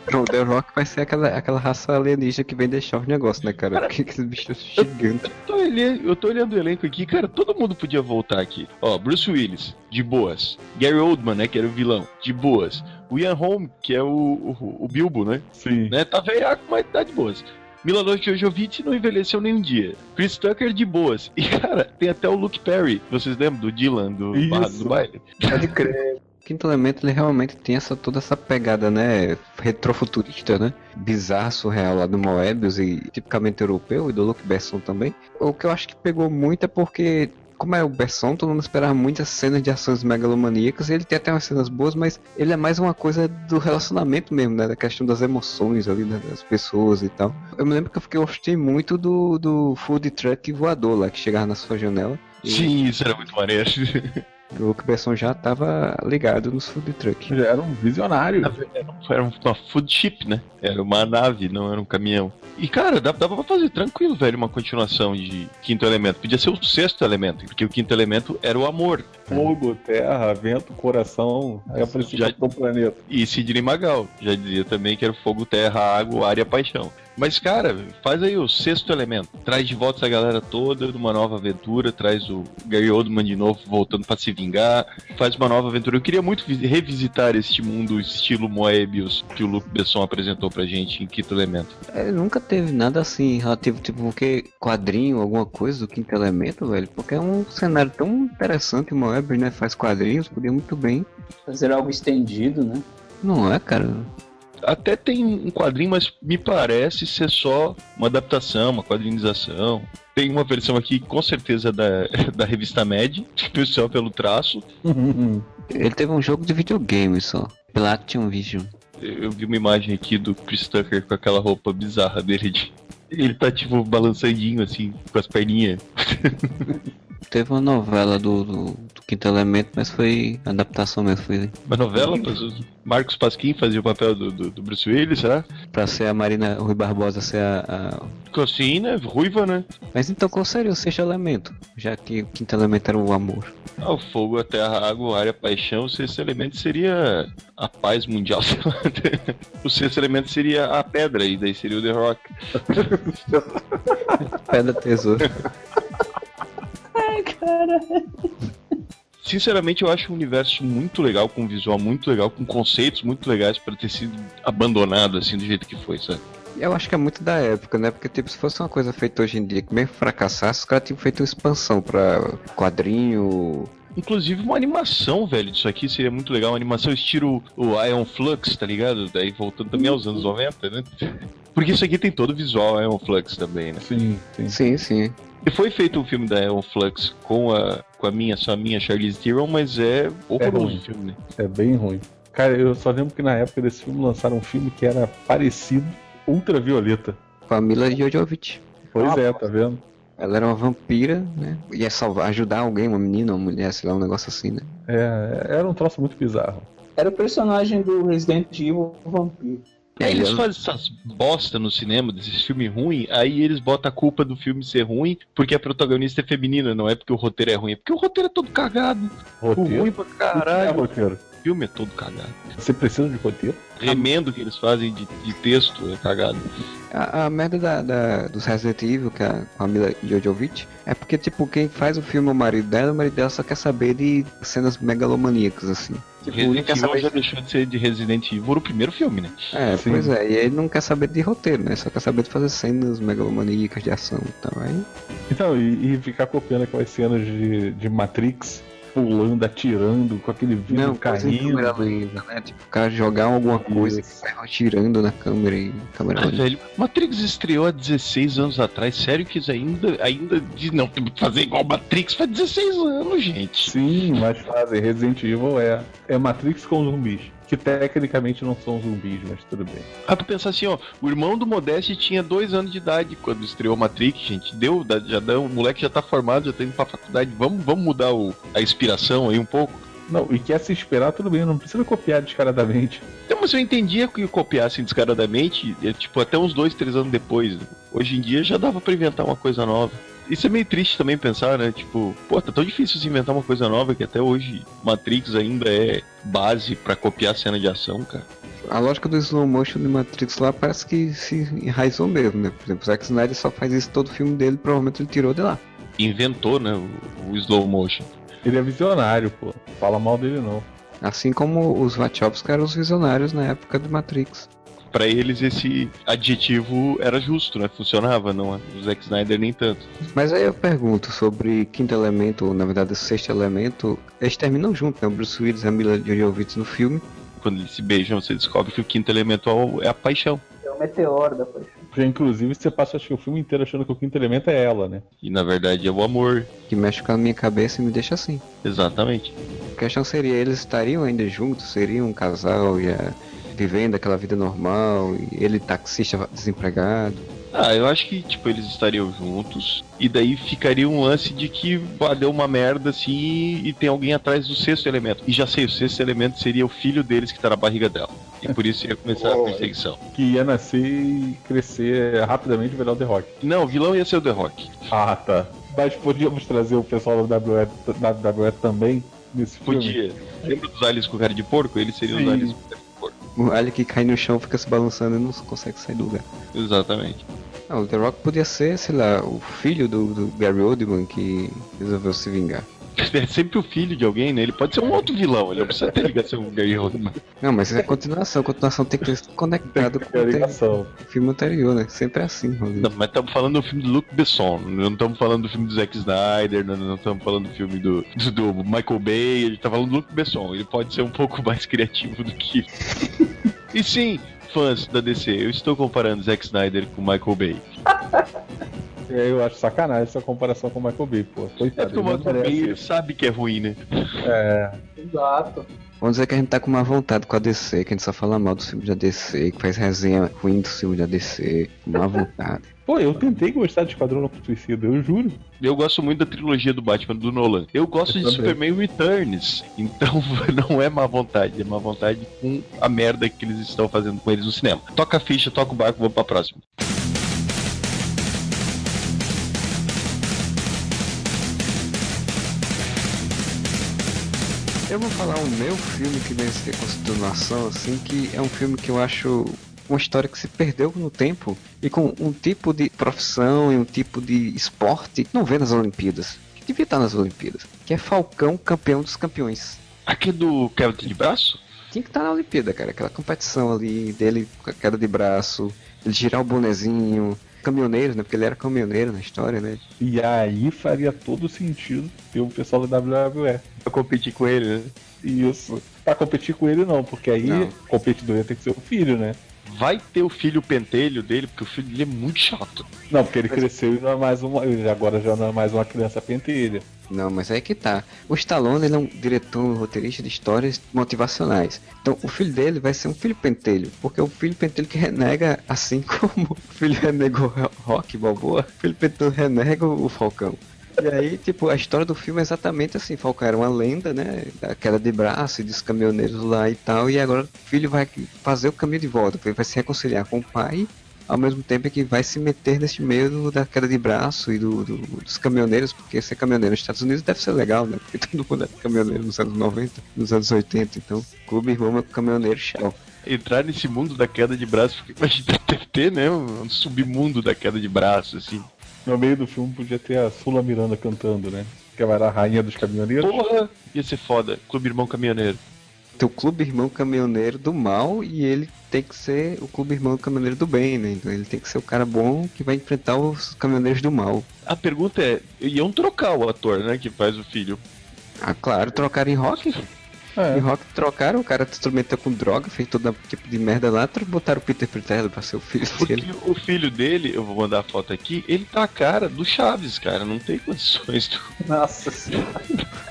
O The Rock vai ser aquela raça alienígena que vem deixar os negócios, né, cara? Porque aqueles bichos gigantes. Eu tô olhando o elenco aqui, cara, todo mundo podia voltar aqui. Ó, Bruce Willis, de boas. Gary Oldman, né, que era o vilão, de boas. O Ian Holm, que é o Bilbo, né? Sim. Né, tá velhaco, mas tá de boas. Mila Jovovich não envelheceu nenhum dia. Chris Tucker de boas. E, cara, tem até o Luke Perry. Vocês lembram do Dylan, do Barrado do Baile? Pode crer. O Quinto Elemento, ele realmente tem toda essa pegada, né, retrofuturista, né, bizarra, surreal lá do Moebius e tipicamente europeu, e do Luc Besson também. O que eu acho que pegou muito é porque, como é o Besson, todo mundo esperava muitas cenas de ações megalomaníacas, e ele tem até umas cenas boas, mas ele é mais uma coisa do relacionamento mesmo, né, da questão das emoções ali, né, das pessoas e tal. Eu me lembro que eu gostei muito do food truck voador lá, que chegava na sua janela. Sim, isso era muito maneiro. O Luc Besson já tava ligado nos food truck. Já era um visionário. Era uma food ship, né? Era uma nave, não era um caminhão. E, cara, dava pra fazer tranquilo, velho, uma continuação de Quinto Elemento. Podia ser o Sexto Elemento, porque o Quinto Elemento era o amor. Fogo, terra, vento, coração, aí aparecia Já- pro planeta. E Sidney Magal já dizia também que era o fogo, terra, água, ar e a paixão. Mas, cara, faz aí o Sexto Elemento. Traz de volta essa galera toda numa nova aventura. Traz o Gary Oldman de novo voltando pra se vingar. Faz uma nova aventura. Eu queria muito revisitar este mundo estilo Moebius que o Luc Besson apresentou pra gente em Quinto Elemento. Nunca teve nada assim relativo, tipo, porque quadrinho, alguma coisa do Quinto Elemento, velho. Porque é um cenário tão interessante, o Moebius, né? Faz quadrinhos, podia muito bem. Fazer algo estendido, né? Não é, cara? Até tem um quadrinho, mas me parece ser só uma adaptação, uma quadrinização. Tem uma versão aqui, com certeza, da revista Mad, especial pelo traço. Ele teve um jogo de videogame só, pela Action Vision. Eu vi uma imagem aqui do Chris Tucker com aquela roupa bizarra dele. Ele tá, tipo, balançandinho, assim, com as perninhas. Teve uma novela do Quinto Elemento, mas foi adaptação mesmo, foi Uma novela, o Marcos Pasquim fazia o papel do Bruce Willis, será? pra ser a Marina Rui Barbosa ser a... Assim, né? Ruiva, né? Mas então qual seria o Sexto Elemento? Já que o Quinto Elemento era o amor. Ah, o fogo, a terra, a água, o ar e a paixão. O sexto elemento seria a paz mundial, sei lá. O sexto elemento seria a pedra, e daí seria o The Rock. Pedra Tesouro. Sinceramente, eu acho um universo muito legal, com um visual muito legal, com conceitos muito legais pra ter sido abandonado assim do jeito que foi, sabe? Eu acho que é muito da época, né? Porque, tipo, se fosse uma coisa feita hoje em dia que mesmo fracassasse, os caras tinham feito uma expansão pra quadrinho. Inclusive uma animação, velho, disso aqui seria muito legal. Uma animação estilo o Ion Flux, tá ligado? Daí voltando também aos anos 90, né? Porque isso aqui tem todo o visual Ion Flux também, né? Sim, sim. Sim, sim. E foi feito um filme da Ion Flux com a minha Charlize Theron, mas é horroroso ruim. o filme, né? É bem ruim. Cara, eu só lembro que na época desse filme lançaram um filme que era parecido, Ultravioleta. Com a Mila Jovovich. Pois é, tá vendo? Ela era uma vampira, né? Ia salvar, ajudar alguém, uma menina, uma mulher, sei lá, um negócio assim, né? Era um troço muito bizarro. Era o personagem do Resident Evil Vampiro. Aí eles fazem essas bosta no cinema, desses filmes ruins, aí eles botam a culpa do filme ser ruim porque a protagonista é feminina, não é porque o roteiro é ruim, é porque o roteiro é todo cagado. Roteiro? Ruim pra caralho. Roteiro. O filme é todo cagado. Você precisa de roteiro? Remendo que eles fazem de texto é cagado. A merda dos Resident Evil, que é a Mila Jovovich, é porque, tipo, quem faz o filme é o marido dela só quer saber de cenas megalomaníacas, assim. Tipo, Resident não quer Evil saber já deixou de ser de Resident Evil no primeiro filme, né? Sim. Pois é, e ele não quer saber de roteiro, né? Só quer saber de fazer cenas megalomaníacas de ação e tal. Aí... Então, e ficar copiando aquelas cenas de Matrix, pulando, atirando, com aquele vidro Não, coisa em caindo. câmera lenta, né? Tipo, o cara jogar alguma coisa que sai atirando na câmera e câmera lenta. Velho, Matrix estreou há 16 anos atrás. Sério que isso ainda diz, não, tem que fazer igual Matrix faz 16 anos, gente. Sim, mas fazem. Resident Evil é Matrix com zumbis. Que tecnicamente não são zumbis, mas tudo bem. Ah, tu pensar assim, ó, o irmão do Modeste tinha 2 anos de idade quando estreou Matrix, gente. O moleque já tá formado, já tá indo pra faculdade. Vamos mudar a inspiração aí um pouco? Não, e quer se esperar, tudo bem, não precisa copiar descaradamente. Então, mas eu entendia que copiassem descaradamente, tipo, até uns 2, 3 anos depois. Hoje em dia já dava pra inventar uma coisa nova. Isso é meio triste também pensar, né? Tipo, pô, tá tão difícil se inventar uma coisa nova que até hoje Matrix ainda é base pra copiar cena de ação, cara. A lógica do slow motion de Matrix lá parece que se enraizou mesmo, né? Por exemplo, o Zack Snyder só faz isso todo filme dele, provavelmente ele tirou de lá. Inventou, né, o slow motion. Ele é visionário, pô. Fala mal dele não. Assim como os Wachowski eram os visionários na época de Matrix. Pra eles esse adjetivo era justo, né? Funcionava, não? O Zack Snyder nem tanto. Mas aí eu pergunto sobre Quinto Elemento, ou na verdade Sexto Elemento, eles terminam juntos, né? O Bruce Willis e a Mila Jovovich no filme. Quando eles se beijam, você descobre que o quinto elemento é a paixão. É o meteoro da paixão. Porque, inclusive, você passa acho que o filme inteiro achando que o quinto elemento é ela, né? E na verdade é o amor. Que mexe com a minha cabeça e me deixa assim. Exatamente. A questão seria, eles estariam ainda juntos? Seriam um casal, vivendo aquela vida normal, e ele taxista desempregado? Ah, eu acho que, tipo, eles estariam juntos, e daí ficaria um lance de que deu uma merda, assim, e tem alguém atrás do sexto elemento. E já sei, o sexto elemento seria o filho deles que tá na barriga dela. E por isso ia começar a perseguição. Que ia nascer e crescer rapidamente e virar o The Rock. Não, o vilão ia ser o The Rock. Ah, tá. Mas podíamos trazer o pessoal da WWE também nesse filme? Podia. Lembra dos aliens com cara de porco? Eles seriam os Sim. aliens com cara de porco. O alien que cai no chão fica se balançando e não consegue sair do lugar. Exatamente. Não, o The Rock podia ser, sei lá, o filho do Gary Oldman que resolveu se vingar. É sempre o filho de alguém, né? Ele pode ser um outro vilão, ele não precisa ter ligação com o Gary Oldman. Não, mas é continuação. Continuação tem que ser conectado com É a ligação. o filme anterior, né? Sempre é assim, Rodrigo. Não, mas estamos falando do filme do Luc Besson, não estamos falando do filme do Zack Snyder, não estamos falando do filme do Michael Bay, a gente tá falando do Luc Besson, ele pode ser um pouco mais criativo do que isso. E sim, fãs da DC, eu estou comparando Zack Snyder com Michael Bay. Eu acho sacanagem essa comparação com o Michael Bay, pô. É Coitado, porque o ele não Michael Bay merece. sabe que é ruim, né? É, Exato. Vamos dizer que a gente tá com má vontade com a DC, que a gente só fala mal dos filmes da DC, que faz resenha ruim dos filmes da DC, com má vontade. Pô, eu tentei gostar de Esquadrão Suicida, eu juro. Eu gosto muito da trilogia do Batman do Nolan. Eu gosto Eu de também. Superman Returns. Então não é má vontade, é má vontade com a merda que eles estão fazendo com eles no cinema. Toca a ficha, toca o barco, vamos pra próxima. Eu vou falar o meu filme que vem ser continuação, assim, que é um filme que eu acho uma história que se perdeu no tempo e com um tipo de profissão e um tipo de esporte que não vê nas Olimpíadas, que devia estar nas Olimpíadas, que é Falcão, campeão dos campeões. Aqui do queda de braço? Tinha que estar na Olimpíada, cara, aquela competição ali dele com a queda de braço, ele girar o bonezinho, caminhoneiro, né, porque ele era caminhoneiro na história, né. E aí faria todo sentido ter o pessoal da WWE. Pra competir com ele, né? Isso. Pra competir com ele não, porque aí Não. o competidor ia ter que ser o filho, né? Vai ter o filho pentelho dele, porque o filho dele é muito chato. Não, porque ele cresceu e não é mais uma. Ele agora já não é mais uma criança pentelha. Não, mas aí que tá. O Stallone, ele é um diretor, um roteirista de histórias motivacionais. Então, o filho dele vai ser um filho pentelho, porque é um filho pentelho que renega, assim como o filho renegou Rock Balboa, o filho pentelho renega o Falcão. E aí, tipo, a história do filme é exatamente assim, Falcão era uma lenda, né, da queda de braço e dos caminhoneiros lá e tal, e agora o filho vai fazer o caminho de volta, ele vai se reconciliar com o pai, ao mesmo tempo que vai se meter nesse meio da queda de braço e dos caminhoneiros, porque ser caminhoneiro nos Estados Unidos deve ser legal, né, porque todo mundo é caminhoneiro nos anos 90, nos anos 80, então, Clube Irmão é caminhoneiro Shell. Entrar nesse mundo da queda de braço, porque imagina deve ter, né? Um submundo da queda de braço, assim. No meio do filme podia ter a Sula Miranda cantando, né? Que ela era a rainha dos caminhoneiros. Porra! Ia ser foda. Clube Irmão Caminhoneiro. Tem o Clube Irmão Caminhoneiro do mal e ele tem que ser o Clube Irmão Caminhoneiro do bem, né? Então ele tem que ser o cara bom que vai enfrentar os caminhoneiros do mal. A pergunta é, iam trocar o ator, né, que faz o filho. Ah, claro, trocaram em rock. É. Em rock trocaram, o cara se instrumentou com droga, fez todo tipo de merda lá, botaram o Peter Peterlo pra ser o filho Porque dele. o filho dele, eu vou mandar a foto aqui, ele tá a cara do Chaves, cara. Não tem condições do... Nossa senhora.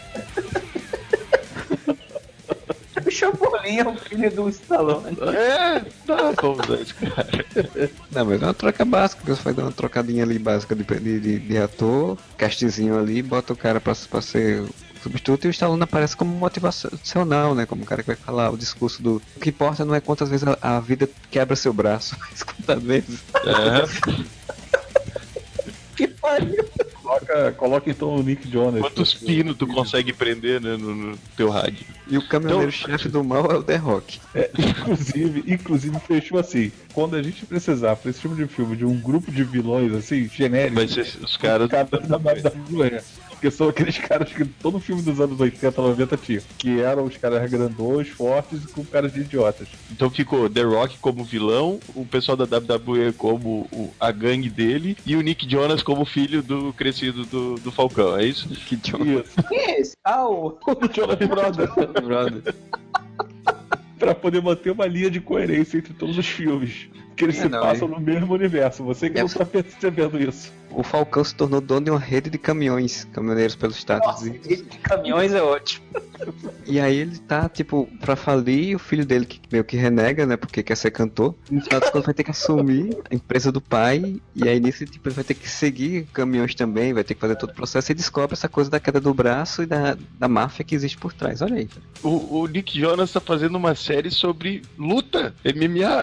O Chapolin é o filho do Stallone. É, dá pra usar esse cara. Não, mas é uma troca básica, você vai dar uma trocadinha ali básica de ator, castzinho ali, bota o cara pra ser substituto e o Stallone aparece como motivacional, né? Como o cara que vai falar o discurso do... O que importa não é quantas vezes a vida quebra seu braço, mas quantas vezes. É. Que pariu. Coloca então o Nick Jonas. Quantos pinos tu consegue prender, né, no teu rádio? E o caminhoneiro-chefe do mal é o The Rock. Inclusive fechou assim. Quando a gente precisar, pra esse tipo de filme, de um grupo de vilões assim, genéricos, Vai ser os caras da WWE. Porque são aqueles caras que todo filme dos anos 80, 90 tinha. Que eram os caras grandões, fortes e com caras de idiotas. Então ficou The Rock como vilão, o pessoal da WWE como a gangue dele e o Nick Jonas como filho do crescido do Falcão, é isso? Que Jonas. Isso. Quem é esse? Ah, o Jonas Brothers. Brother. Pra poder manter uma linha de coerência entre todos os filmes. Que eles passam no mesmo universo. Você que não tá percebendo isso. O Falcão se tornou dono de uma rede de caminhoneiros pelos Estados Nossa, Unidos. rede de caminhões é ótimo. E aí ele tá, tipo, pra falir, e o filho dele que meio que renega, né, porque quer ser cantor. No final das contas vai ter que assumir a empresa do pai, e aí nisso, tipo, ele vai ter que seguir caminhões também, vai ter que fazer todo o processo, e descobre essa coisa da queda do braço e da máfia que existe por trás. Olha aí. O Nick Jonas tá fazendo uma série sobre luta, MMA.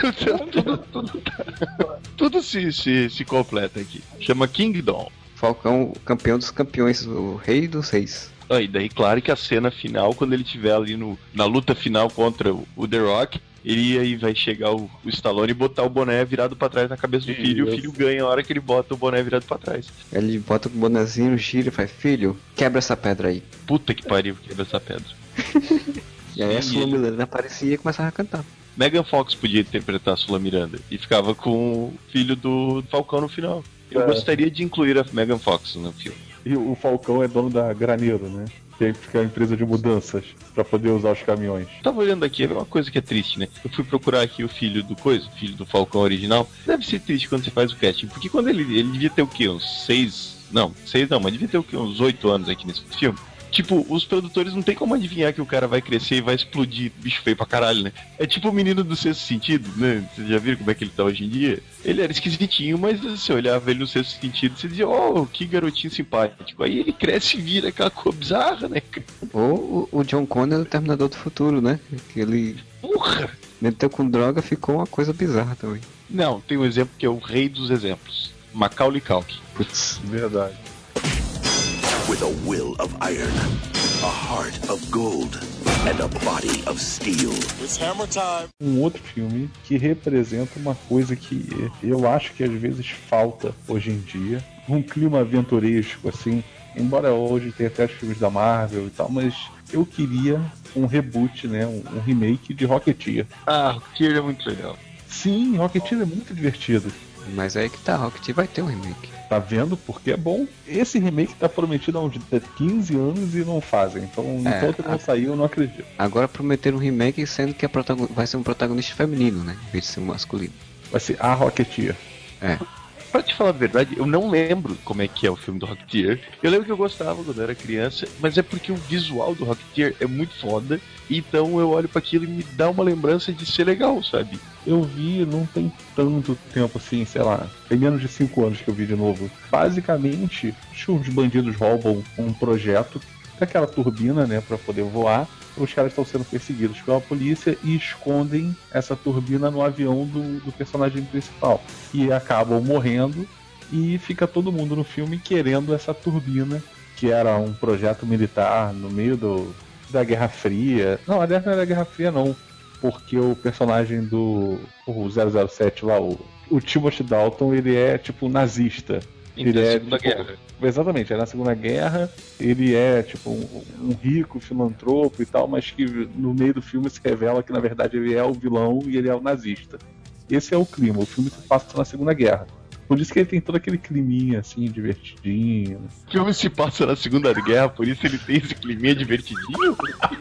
Tudo se completa aqui. Chama Kingdom. Falcão, o campeão dos campeões, o rei dos reis. E daí, claro que a cena final, quando ele estiver ali na luta final contra o The Rock, ele aí vai chegar o Stallone e botar o boné virado pra trás na cabeça do filho, e o filho ganha a hora que ele bota o boné virado pra trás. Ele bota o bonezinho, gira e faz: filho, quebra essa pedra aí. Puta que pariu, quebra essa pedra. E aí a Sula Miranda aparecia e começava a cantar. Megan Fox podia interpretar a Sula Miranda e ficava com o filho do Falcão no final. Eu gostaria de incluir a Megan Fox no filme. E o Falcão é dono da Graneiro, né? Que aí fica a empresa de mudanças pra poder usar os caminhões. Tava olhando aqui, é uma coisa que é triste, né? Eu fui procurar aqui o filho do Falcão original. Deve ser triste quando você faz o casting, porque quando ele devia ter o quê? Uns 6 não, mas devia ter o quê? Uns 8 anos aqui nesse filme. Tipo, os produtores não tem como adivinhar que o cara vai crescer e vai explodir bicho feio pra caralho, né? É tipo o menino do Sexto Sentido, né? Vocês já viram como é que ele tá hoje em dia? Ele era esquisitinho, mas você olhava ele no Sexto Sentido e você dizia: oh, que garotinho simpático. Aí ele cresce e vira aquela coisa bizarra, né? Ou o John Connor, o Terminador do Futuro, né? Que ele Porra! meteu com droga, ficou uma coisa bizarra também. Não, tem um exemplo que é o rei dos exemplos. Macaulay Culkin. Putz. Verdade. With a will of iron, a heart of gold, and a body of steel. It's hammer time. Um outro filme que representa uma coisa que eu acho que às vezes falta hoje em dia. Um clima aventuresco, assim. Embora hoje tenha até os filmes da Marvel e tal, mas eu queria um reboot, né? Um remake de Rocketeer. Ah, Rocketeer é muito legal. Sim, Rocketeer é muito divertido. Mas aí que tá, Rocket vai ter um remake. Tá vendo? Porque é bom. Esse remake tá prometido há uns 15 anos e não fazem. Então, enquanto não sair, eu não acredito. Agora prometeram um remake, sendo que vai ser um protagonista feminino, né? Em vez de ser um masculino. Vai ser a Rocketeer. É. Pra te falar a verdade, eu não lembro como é que é o filme do Rocketeer. Eu lembro que eu gostava quando eu era criança, mas é porque o visual do Rocketeer é muito foda. Então eu olho para aquilo e me dá uma lembrança de ser legal, sabe? Eu vi, não tem tanto tempo assim, sei lá, tem menos de 5 anos que eu vi de novo. Basicamente, os bandidos roubam um projeto daquela turbina, né, pra poder voar. Os caras estão sendo perseguidos pela polícia e escondem essa turbina no avião do personagem principal. E acabam morrendo e fica todo mundo no filme querendo essa turbina, que era um projeto militar no meio da Guerra Fria. Não, aliás, não era da Guerra Fria não, porque o personagem do 007 lá, o Timothy Dalton, ele é tipo nazista. Ele é Segunda Guerra. Exatamente, é na Segunda Guerra, ele é tipo um rico filantropo e tal, mas que no meio do filme se revela que na verdade ele é o vilão e ele é o nazista. Esse é o clima, o filme se passa na Segunda Guerra. Por isso que ele tem todo aquele climinha assim, divertidinho. O filme se passa na Segunda Guerra, por isso ele tem esse climinha divertidinho?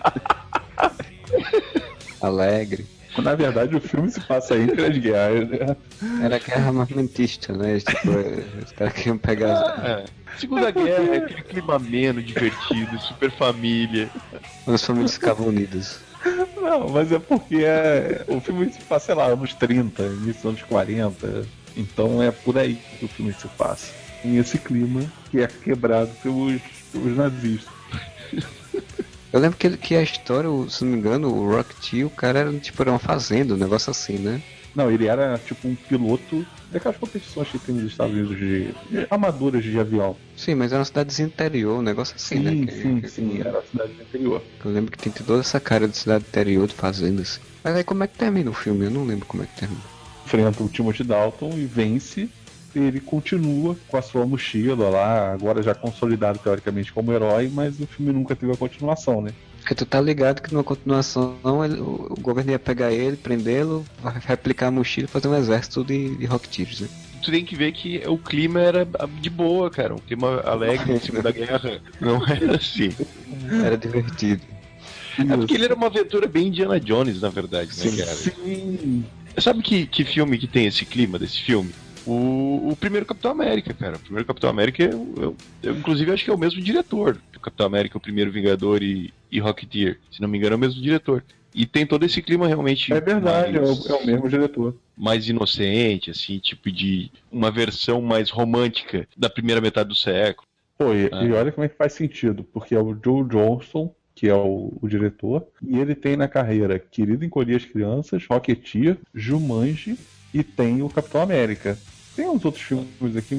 Alegre. Na verdade, o filme se passa entre as guerras, né? Era guerra armamentista, né? Tipo, os caras queriam pegar Segunda Guerra é aquele clima ameno, divertido, super família. as famílias ficavam unidas. Não, mas é porque o filme se passa, sei lá, anos 30, início dos anos 40. Então é por aí que o filme se passa. Em esse clima que é quebrado pelos nazistas. Eu lembro que a história, se não me engano, o Rocketeer, o cara era tipo era uma fazenda, um negócio assim, né? Não, ele era tipo um piloto daquelas competições que tem nos Estados Unidos de amadoras de avião. Sim, mas era uma cidadezinha interior, um negócio assim, né? Sim, era a cidade do interior. Eu lembro que tem toda essa cara de cidade interior, de fazendas. Mas aí como é que termina o filme? Eu não lembro como é que termina. Enfrenta o Timothy Dalton e vence. Ele continua com a sua mochila lá, agora já consolidado teoricamente como herói, mas o filme nunca teve a continuação, né? Porque tu tá ligado que numa continuação o governo ia pegar ele, prendê-lo, replicar a mochila e fazer um exército de Rocketeers, né? Tu tem que ver que o clima era de boa, cara. Um clima alegre em cima da guerra. Não era assim. Era divertido. É porque ele era uma aventura bem Indiana Jones, na verdade, né, cara? Sim. Sabe que filme que tem esse clima desse filme? O primeiro Capitão América, cara. O primeiro Capitão América, eu inclusive acho que é o mesmo diretor do Capitão América, o primeiro Vingador e Rocketeer. Se não me engano, é o mesmo diretor. E tem todo esse clima realmente... É verdade, é o mesmo diretor. Mais inocente, assim, tipo de uma versão mais romântica da primeira metade do século. Pô, e olha como é que faz sentido, porque é o Joe Johnston, que é o diretor, e ele tem na carreira Querido Encolher as Crianças, Rocketeer, Jumanji e tem o Capitão América. Tem uns outros filmes aqui,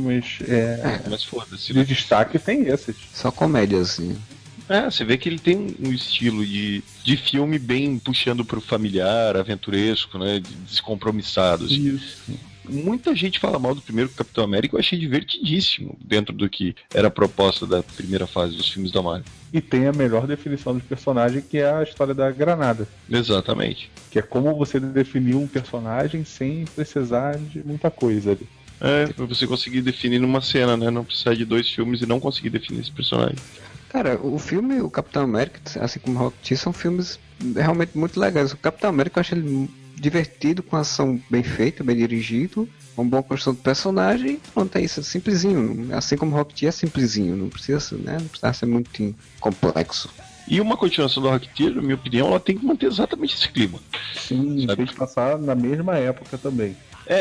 Mas foda-se. de destaque tem esses. Só comédia, assim. Você vê que ele tem um estilo de filme bem puxando pro familiar, aventuresco, né? Descompromissado. Assim. Isso. Muita gente fala mal do primeiro Capitão América, eu achei divertidíssimo dentro do que era a proposta da primeira fase dos filmes da Marvel. E tem a melhor definição de personagem, que é a história da granada. Exatamente. Que é como você definir um personagem sem precisar de muita coisa ali. Pra você conseguir definir numa cena, né? Não precisar de 2 filmes e não conseguir definir esse personagem. Cara, o filme, o Capitão América, assim como o Rocketeer, são filmes realmente muito legais. O Capitão América eu acho ele divertido, com ação bem feita, bem dirigido, uma boa construção do personagem, e pronto, é isso, é simplesinho. Assim como o Rocketeer é simplesinho, não precisa, né? Não precisa ser muito complexo. E uma continuação do Rocketeer, na minha opinião, ela tem que manter exatamente esse clima. Sim, tem que passar na mesma época também.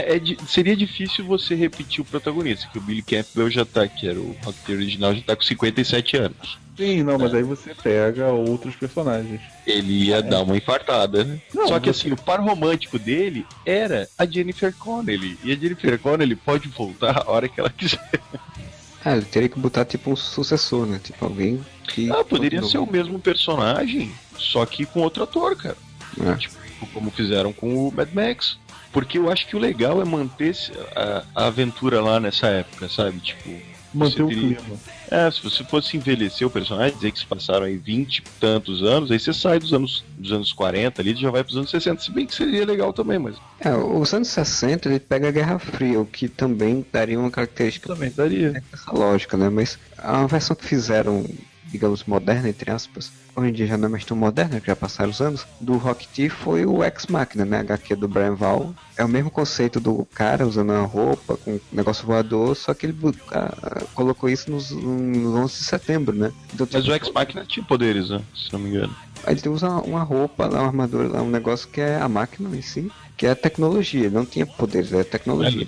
Seria difícil você repetir o protagonista, que o Billy Campbell já tá, que era o Rocketeer original, já tá com 57 anos. Sim, não, mas aí você pega outros personagens. Ele ia dar uma infartada, né? Não, Só que você- assim, o par romântico dele era a Jennifer Connelly. E a Jennifer Connelly pode voltar a hora que ela quiser. Ele teria que botar tipo um sucessor, né? Tipo alguém que... Poderia ser o mesmo personagem, só que com outro ator, cara. É. Tipo, como fizeram com o Mad Max. Porque eu acho que o legal é manter a aventura lá nessa época, sabe? Tipo, Manter o você teria- clima. se você fosse envelhecer o personagem, dizer que se passaram aí 20 e tantos anos, aí você sai dos anos 40 ali e já vai pros anos 60, se bem que seria legal também, mas... Os anos 60 ele pega a Guerra Fria, o que também daria uma característica Também daria. essa lógica, né? Mas a versão que fizeram, digamos, moderna, entre aspas, hoje em dia já não é mais tão moderna, que já passaram os anos, do Rocketeer foi o Ex Machina, né? HQ do Brian Vaughan. É o mesmo conceito do cara usando a roupa, com negócio voador, só que ele colocou isso nos 11 de setembro, né? Então, Mas tipo, o Ex-Machina tinha poderes, né? Se não me engano. ele usa uma roupa, lá, uma armadura, lá, um negócio que é a máquina em si, que é a tecnologia. Ele não tinha poderes, é tecnologia.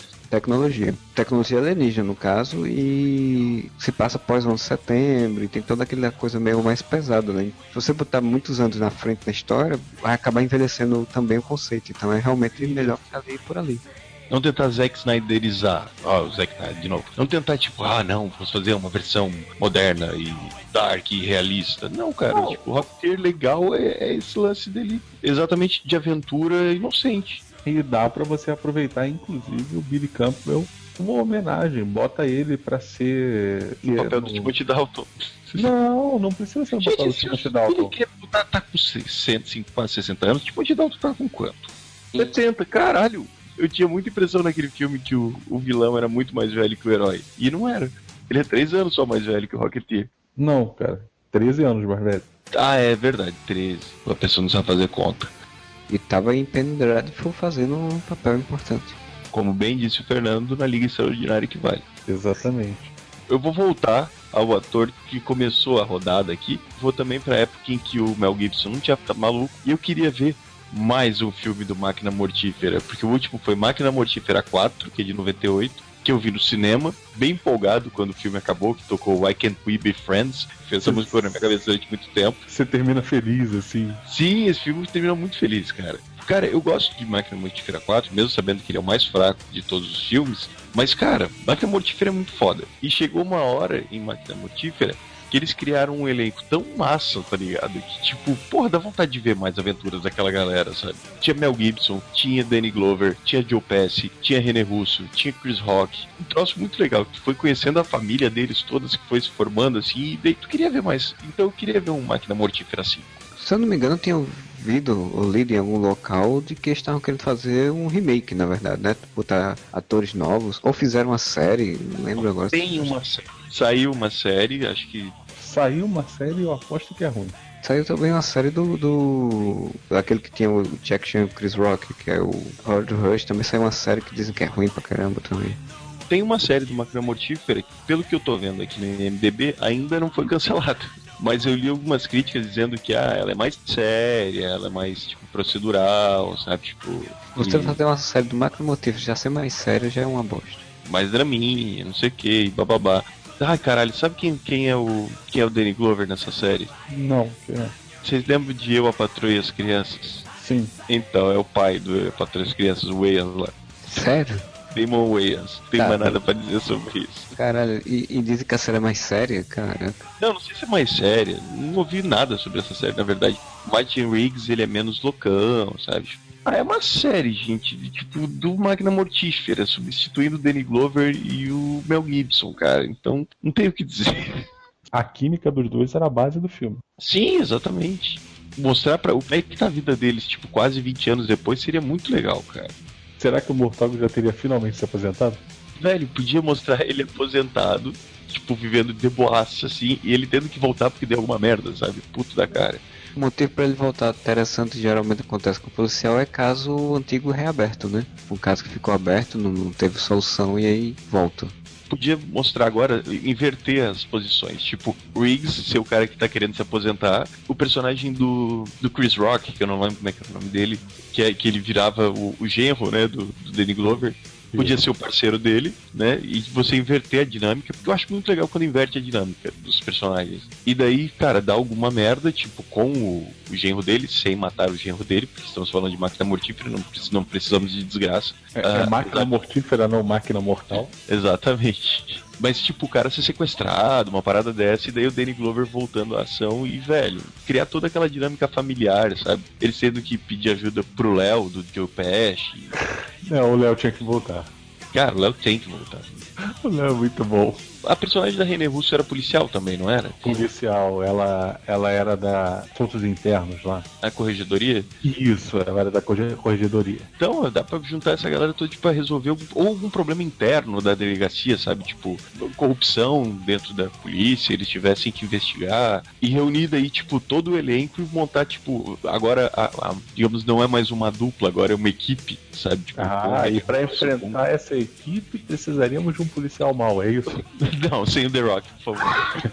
Tecnologia alienígena, no caso, e se passa após 11 de setembro, e tem toda aquela coisa meio mais pesada, né? Se você botar muitos anos na frente na história, vai acabar envelhecendo também o conceito. Então é realmente melhor ficar ali por ali. Não tentar Zack Snyderizar. O Zack Snyder, de novo. Não tentar, tipo, não, vamos fazer uma versão moderna e dark e realista. Não, cara, tipo, o Rocketeer legal é esse lance dele exatamente de aventura inocente. E dá pra você aproveitar, inclusive, o Billy Campbell como uma homenagem. Bota ele pra ser... No papel do Timothy Dalton. Não precisa ser o papel do Timothy Dalton. Ele tá com 60, quase 60 anos. Timothy Dalton tá com quanto? 70, caralho. Eu tinha muita impressão naquele filme que o vilão era muito mais velho que o herói. E não era. Ele é 3 anos só mais velho que o Rocketeer. Não, cara. 13 anos mais velho. É verdade, 13. A pessoa não sabe fazer conta. E tava em Penny Dreadful fazendo um papel importante. Como bem disse o Fernando, na Liga Extraordinária que vale. Exatamente. Eu vou voltar ao ator que começou a rodada aqui. Vou também pra época em que o Mel Gibson não tinha ficado maluco. E eu queria ver mais um filme do Máquina Mortífera. Porque o último foi Máquina Mortífera 4, que é de 98. que eu vi no cinema, bem empolgado quando o filme acabou, que tocou Why Can't We Be Friends, fez essa música na minha cabeça durante muito tempo. Você termina feliz, assim. Sim, esse filme terminou muito feliz, cara. Cara, eu gosto de Máquina Mortífera 4, mesmo sabendo que ele é o mais fraco de todos os filmes, mas, cara, Máquina Mortífera é muito foda. E chegou uma hora em Máquina Mortífera que eles criaram um elenco tão massa, tá ligado? Que, tipo, porra, dá vontade de ver mais aventuras daquela galera, sabe? Tinha Mel Gibson, tinha Danny Glover, tinha Joe Pesci, tinha René Russo, tinha Chris Rock. Um troço muito legal, que foi conhecendo a família deles todas, que foi se formando, assim, e daí tu queria ver mais. Então eu queria ver um Máquina Mortífera assim. Se eu não me engano, eu tinha ouvido ou lido em algum local de que eles estavam querendo fazer um remake, na verdade, né? Botar atores novos, ou fizeram uma série, não lembro agora. Tem uma série. Saiu uma série, acho que... Saiu uma série e eu aposto que é ruim. Saiu também uma série daquele que tinha o Jack Chan e o Chris Rock, que é o Howard Rush, também saiu uma série que dizem que é ruim pra caramba também. Tem uma série do Máquina Mortífera que, pelo que eu tô vendo aqui no IMDb, ainda não foi cancelada. Mas eu li algumas críticas dizendo que ela é mais séria, ela é mais, tipo, procedural, sabe? Tipo... Você fazer uma série do Máquina Mortífera já ser mais séria já é uma bosta. Mais draminha, não sei o que, bababá. Ai, caralho, sabe quem é o Danny Glover nessa série? Não, que é. Vocês lembram de Eu, a Patroa e as Crianças? Sim. Então, é o pai do Eu, a Patroa e as Crianças, o Wayans lá. Sério? Damon Wayans. Não tem mais nada pra dizer sobre isso. Caralho, e dizem que a série é mais séria, cara. Não sei se é mais séria. Não ouvi nada sobre essa série, na verdade. Martin Riggs, ele é menos loucão, sabe? É uma série, gente, tipo, do Máquina Mortífera, substituindo o Danny Glover e o Mel Gibson, cara. Então, não tenho o que dizer. A química dos dois era a base do filme. Sim, exatamente. Mostrar pra o como é que tá a vida deles, tipo, quase 20 anos depois, seria muito legal, cara. Será que o Mortal já teria finalmente se aposentado? Velho, podia mostrar ele aposentado, tipo, vivendo de boaça, assim, e ele tendo que voltar porque deu alguma merda, sabe? Puto da cara. O motivo pra ele voltar interessante, geralmente acontece com o policial, é caso antigo reaberto, né? Um caso que ficou aberto, não teve solução e aí volta. Podia mostrar agora, inverter as posições. Tipo, Riggs ser o cara que tá querendo se aposentar. O personagem do Chris Rock, que eu não lembro como é que é o nome dele, que ele virava o genro, né, do Danny Glover. Podia ser o parceiro dele, né? E você inverter a dinâmica, porque eu acho muito legal quando inverte a dinâmica dos personagens. E daí, cara, dá alguma merda, tipo, com o genro dele, sem matar o genro dele, porque estamos falando de Máquina Mortífera, não precisamos de desgraça. É Máquina Mortífera, não Máquina Mortal. Exatamente. Mas, tipo, o cara ser sequestrado, uma parada dessa, e daí o Danny Glover voltando à ação e, velho, criar toda aquela dinâmica familiar, sabe? Ele tendo que pedir ajuda pro Léo, do Joe Pesci. Não, o Léo tinha que voltar. Cara, o Léo tem que voltar. O Léo é muito bom. A personagem da René Russo era policial também, não era? Policial, ela era da Assuntos Internos lá. A corregedoria? Isso, ela era da corregedoria. Então, dá pra juntar essa galera toda pra resolver algum problema interno da delegacia, sabe? Tipo, corrupção dentro da polícia, eles tivessem que investigar. E reunir daí, tipo, todo o elenco e montar, tipo, agora, digamos, não é mais uma dupla, agora é uma equipe, sabe? Tipo, e pra enfrentar essa equipe, precisaríamos de um policial mau, é isso? Não, sem o The Rock, por favor.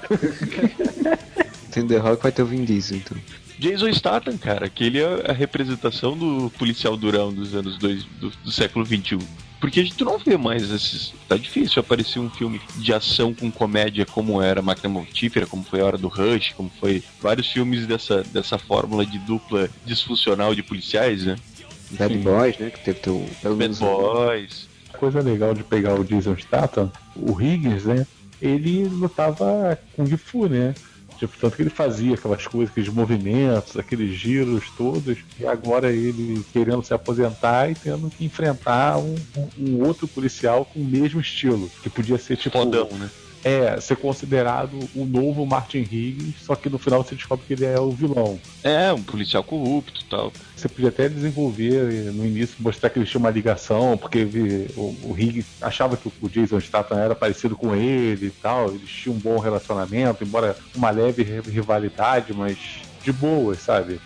Sem The Rock vai ter o Vin Diesel, então. Jason Statham, cara, que ele é a representação do policial durão dos anos do século XXI. Porque a gente não vê mais esses... Tá difícil aparecer um filme de ação com comédia como era Máquina Mortífera, como foi A Hora do Rush, como foi vários filmes dessa fórmula de dupla disfuncional de policiais, né? Bad Boys, né? Que teve pelo menos Bad Boys. A coisa legal de pegar o Jason Statham, o Higgins, né? Ele lutava com Kung Fu, né? Tipo, tanto que ele fazia aquelas coisas, aqueles movimentos, aqueles giros todos, e agora ele querendo se aposentar e tendo que enfrentar um outro policial com o mesmo estilo, que podia ser tipo... Fodão, né? Ser considerado o novo Martin Higgins, só que no final você descobre que ele é o vilão. É, um policial corrupto e tal. Você podia até desenvolver no início, mostrar que eles tinham uma ligação, porque o Higgins achava que o Jason Statham era parecido com ele e tal, eles tinham um bom relacionamento, embora uma leve rivalidade, mas de boa, sabe?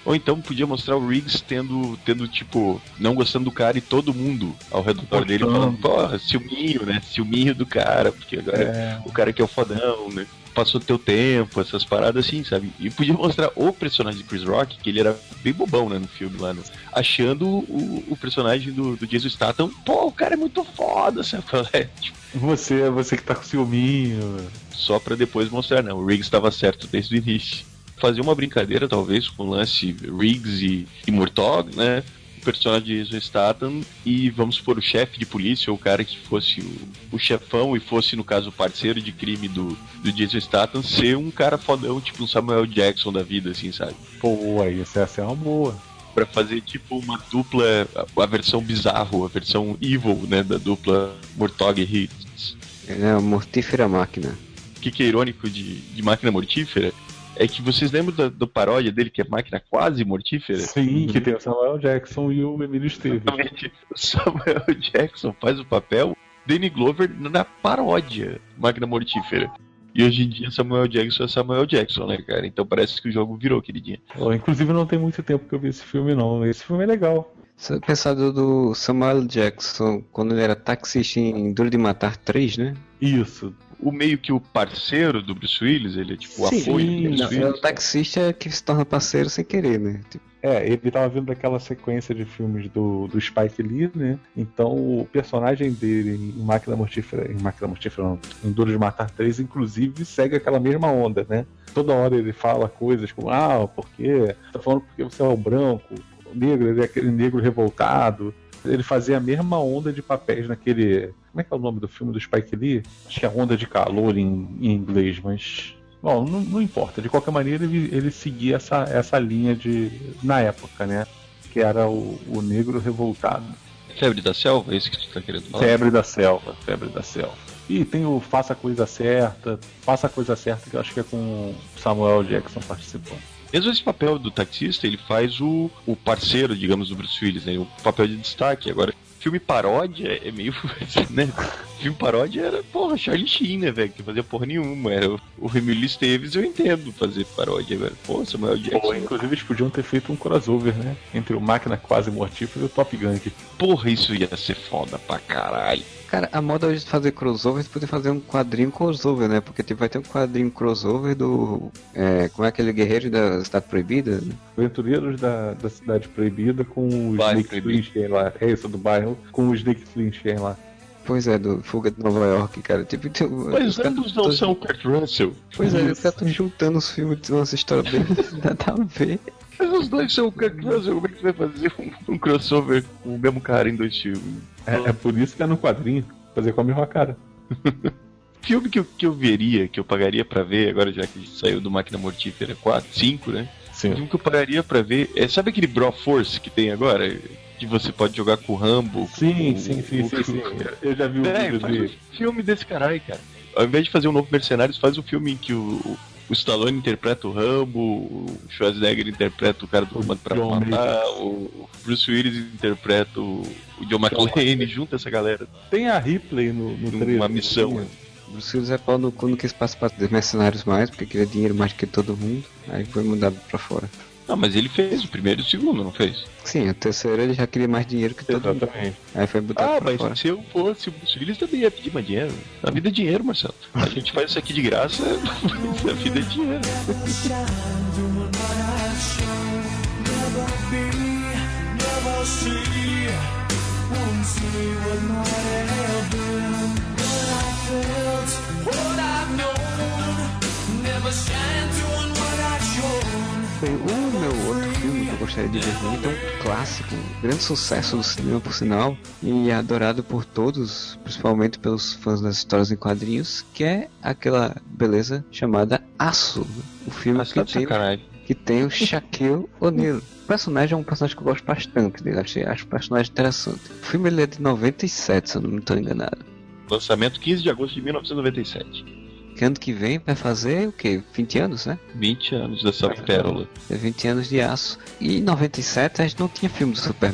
Ou então podia mostrar o Riggs tendo tipo, não gostando do cara e todo mundo ao redor dele falando, porra, ciúminho, né? Ciúminho do cara, porque agora o cara que é o fodão, né? Passou teu tempo, essas paradas assim, sabe? E podia mostrar o personagem de Chris Rock, que ele era bem bobão, né, no filme lá, né? Achando o personagem do Jason Statham, pô, o cara é muito foda, sabe? Tipo, você que tá com ciúminho. só pra depois mostrar, não, o Riggs estava certo desde o início. Fazer uma brincadeira, talvez, com o lance Riggs e Murtaugh, né? O personagem de Jason Statham e vamos supor o chefe de polícia, ou o cara que fosse o chefão e fosse, no caso, o parceiro de crime do Jason Statham, ser um cara fodão, tipo um Samuel Jackson da vida, assim, sabe? Pô, aí essa é uma boa. Pra fazer, tipo, uma dupla, a versão bizarro, a versão evil, né, da dupla Murtaugh e Riggs. Ele é uma mortífera máquina. O que é irônico de Máquina Mortífera é que vocês lembram da paródia dele, que é Máquina Quase Mortífera? Sim, que tem o Samuel Jackson e o Emílio Esteves. Exatamente. O Samuel Jackson faz o papel, Danny Glover na paródia Máquina Mortífera. E hoje em dia Samuel Jackson é Samuel Jackson, né, cara? Então parece que o jogo virou, queridinha. Inclusive não tem muito tempo que eu vi esse filme, não. Esse filme é legal. Você pensar do Samuel Jackson, quando ele era taxista em Duro de Matar 3, né? Isso. O meio que o parceiro do Bruce Willis, ele é tipo o Sim, apoio do Bruce não, é Willis. o taxista que se torna parceiro sem querer, né? Tipo, Ele tava vindo daquela sequência de filmes do Spike Lee, né? Então o personagem dele em Máquina Mortífera não, em Duro de Matar 3, inclusive, segue aquela mesma onda, né? Toda hora ele fala coisas como, porque tá falando porque você é o branco, o negro, ele é aquele negro revoltado. Ele fazia a mesma onda de papéis naquele... Como é que é o nome do filme do Spike Lee? Acho que é Onda de Calor em inglês, mas... Bom, não importa. De qualquer maneira, ele seguia essa linha na época, né? Que era o negro revoltado. Febre da Selva, é isso que tu tá querendo falar? Febre da Selva. E tem o Faça a Coisa Certa, que eu acho que é com o Samuel Jackson participando. Mesmo esse papel do taxista, ele faz o parceiro, digamos, do Bruce Willis, né? O papel de destaque. Agora, filme paródia é meio... né? Filme paródia era, porra, Charlie Sheen, né, velho? Que fazia porra nenhuma. Era o Emílio Esteves, eu entendo fazer paródia, velho. Pô, Samuel Jackson. Inclusive, eles podiam ter feito um crossover, né? Entre o Máquina Quase Mortífera e o Top Gun. Porra, isso ia ser foda pra caralho. cara, a moda hoje de fazer crossover, poder fazer um quadrinho crossover, né? Porque tipo, vai ter um quadrinho crossover do... como é aquele guerreiro da Cidade Proibida? Né? Aventureiros da Cidade Proibida com o Bairro Snake Proibido. Plissken lá. É isso, do bairro, com o Snake Plissken lá. Pois é, do Fuga de Nova York, cara. Tipo, Mas ambos não são o Kurt Russell. Pois é, os caras estão juntando os filmes de uma história bem nada a ver. Mas os dois são o Kurt Russell. Como é que você vai fazer um crossover com o mesmo cara em dois filmes? É por isso que é no quadrinho, fazer com a mesma cara. Filme que eu veria, que eu pagaria pra ver, agora já que saiu do Máquina Mortífera 4, 5, né? Sim. Filme que eu pagaria pra ver, sabe aquele Broforce que tem agora? Que você pode jogar com o Rambo? Sim. Eu já vi o vídeo Faz dele. um filme desse caralho, cara. Ao invés de fazer um novo Mercenários, faz um filme em que o Stallone interpreta o Rambo, o Schwarzenegger interpreta o cara do Comando pra John Matar, o Bruce Willis interpreta o John McClane, junta essa galera Tem a Ripley no trailer. numa missão. Bruce Willis é pau no cu, não quis participar dos Mercenários mais, porque queria dinheiro mais do que todo mundo. Aí foi mudado pra fora. Não, mas ele fez o primeiro e o segundo, não fez? Sim, o terceiro ele já queria mais dinheiro que todo mundo. Exatamente. Aí foi botado pra Mas fora. se eu fosse o Bruce Willis, também ia pedir mais dinheiro. A vida é dinheiro, Marcelo. A gente faz isso aqui de graça, mas a vida é dinheiro. Bem, o meu outro filme que eu gostaria de ver muito é um clássico, um grande sucesso do cinema, por sinal, e adorado por todos, principalmente pelos fãs das histórias em quadrinhos, que é aquela beleza chamada Aço, o filme Mas tá de sacanagem. que tem o Shaquille O'Neal. O personagem é um personagem que eu gosto bastante dele, acho o personagem interessante. O filme ele é de 97, se eu não me estou enganado. Lançamento 15 de agosto de 1997. Que ano que vem vai fazer o quê? 20 anos, né? 20 anos dessa pérola. É 20 anos de Aço. E em 97 a gente não tinha filme do Superman.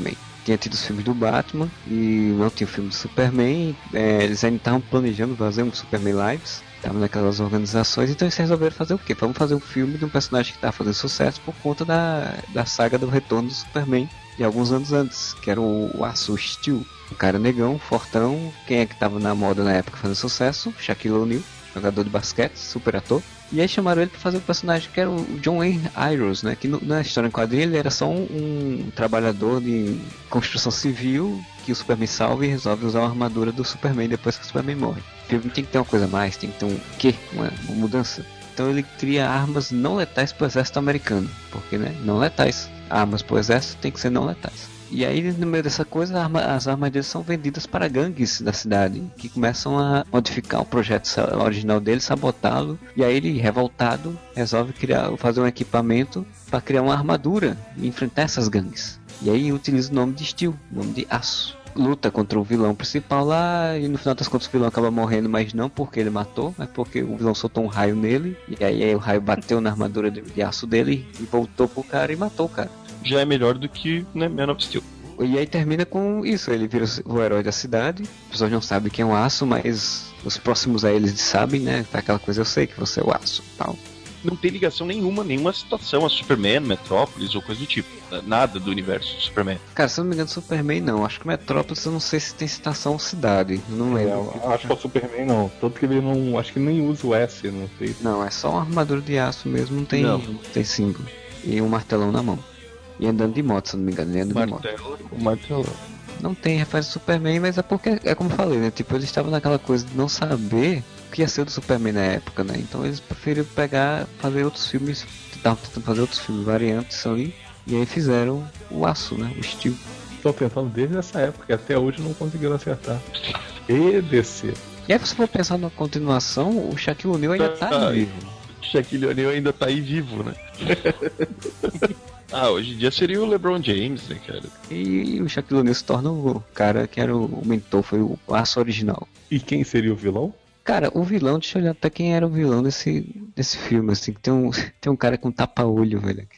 tinha tido os filmes do Batman e não tinha o filme do Superman. Eles ainda estavam planejando fazer um Superman Lives. Estavam naquelas organizações, então eles resolveram fazer o quê? Vamos fazer um filme de um personagem que estava fazendo sucesso por conta da saga do retorno do Superman de alguns anos antes, que era o Aço Steel. Um cara negão, fortão, quem é que estava na moda na época fazendo sucesso? Shaquille O'Neal, jogador de basquete, super ator. E aí chamaram ele para fazer o personagem que era o John Wayne Irons, né? Que na história em quadrinho ele era só um trabalhador de construção civil que o Superman salva e resolve usar a armadura do Superman depois que o Superman morre. O filme tem que ter uma coisa a mais, tem que ter um quê? Uma mudança. Então ele cria armas não letais para o exército americano. Porque, né? Não letais. Armas para o exército tem que ser não letais. E aí, no meio dessa coisa, as armas deles são vendidas para gangues da cidade, que começam a modificar o projeto original dele, sabotá-lo. E aí ele, revoltado, resolve fazer um equipamento para criar uma armadura e enfrentar essas gangues. E aí utiliza o nome de Steel, o nome de Aço. Luta contra o vilão principal lá, e no final das contas o vilão acaba morrendo, mas não porque ele matou, mas porque o vilão soltou um raio nele, e aí o raio bateu na armadura de aço dele e voltou pro cara e matou o cara. Já é melhor do que, né, Man of Steel. E aí termina com isso, ele vira o herói da cidade, as pessoas não sabem quem é o Aço, mas os próximos a eles sabem, né, aquela coisa, eu sei que você é o Aço, tal. Não tem ligação nenhuma situação a Superman, Metrópolis ou coisa do tipo. Nada do universo do Superman. Cara, se eu não me engano, Superman não. Acho que Metrópolis eu não sei se tem citação cidade. Não lembro. Acho que é o Superman não. Tanto que ele não. Acho que nem usa o S, não sei. Não, é só uma armadura de aço mesmo, não tem símbolo. E um martelão na mão. E andando de moto, se eu não me engano, ele anda de moto. O martelão. Não tem referência ao Superman, mas é porque, é como eu falei, né? Tipo, eles estavam naquela coisa de não saber o que ia ser do Superman na época, né? Então eles preferiram fazer outros filmes, estavam tentando fazer outros filmes variantes ali, e aí fizeram o Aço, né? O Steel. Estou tentando desde essa época, e até hoje não conseguiram acertar. E descer. E aí, se você for pensar na continuação, o Shaquille O'Neal ainda tá vivo. Shaquille O'Neal ainda tá aí vivo, né? Hoje em dia seria o LeBron James, né, cara? E o Shaquille O'Neal se torna o cara que era o mentor, foi o Aço original. E quem seria o vilão? Cara, o vilão, deixa eu olhar até quem era o vilão desse filme, assim, que tem um cara com tapa-olho, velho.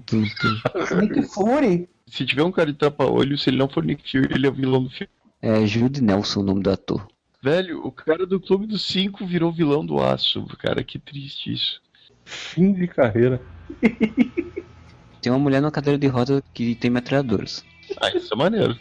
Nick Fury? Se tiver um cara de tapa-olho, se ele não for Nick Fury, ele é o vilão do filme. É Jude Nelson o nome do ator. Velho, o cara do Clube dos 5 virou vilão do Aço, cara, que triste isso. Fim de carreira. Tem uma mulher numa cadeira de roda que tem metralhadoras. Isso é maneiro.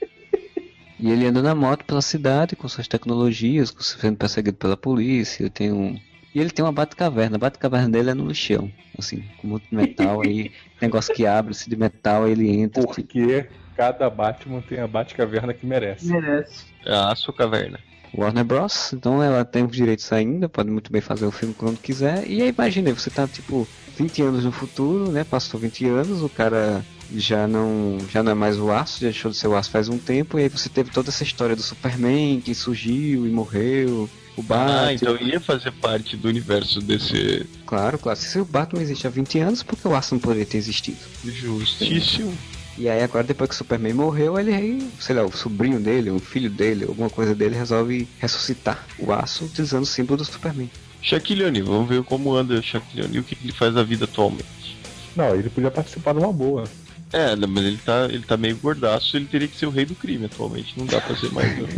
E ele anda na moto pela cidade com suas tecnologias, sendo perseguido pela polícia. E ele tem uma Batcaverna. A Batcaverna dele é no chão, assim, com muito metal aí, negócio que abre-se de metal, aí ele entra. Porque cada Batman tem a Batcaverna que merece. É a Aço Caverna. Warner Bros. Então ela tem os direitos ainda, pode muito bem fazer o filme quando quiser. E aí imagina, você tá tipo 20 anos no futuro, né? Passou 20 anos, o cara já não é mais o Aço, já deixou de ser o Aço faz um tempo, e aí você teve toda essa história do Superman que surgiu e morreu, o Batman. Então ia fazer parte do universo desse. Claro. Se o Batman existe há 20 anos, por que o Aço não poderia ter existido? Justíssimo. E aí agora, depois que o Superman morreu, ele, sei lá, o sobrinho dele, o filho dele, alguma coisa dele, resolve ressuscitar o Aço utilizando o símbolo do Superman. Shaquille O'Neal, vamos ver como anda o Shaquille O'Neal, o que ele faz da vida atualmente. Não, ele podia participar de uma boa. Mas ele tá meio gordaço, ele teria que ser o rei do crime atualmente, não dá pra ser mais não.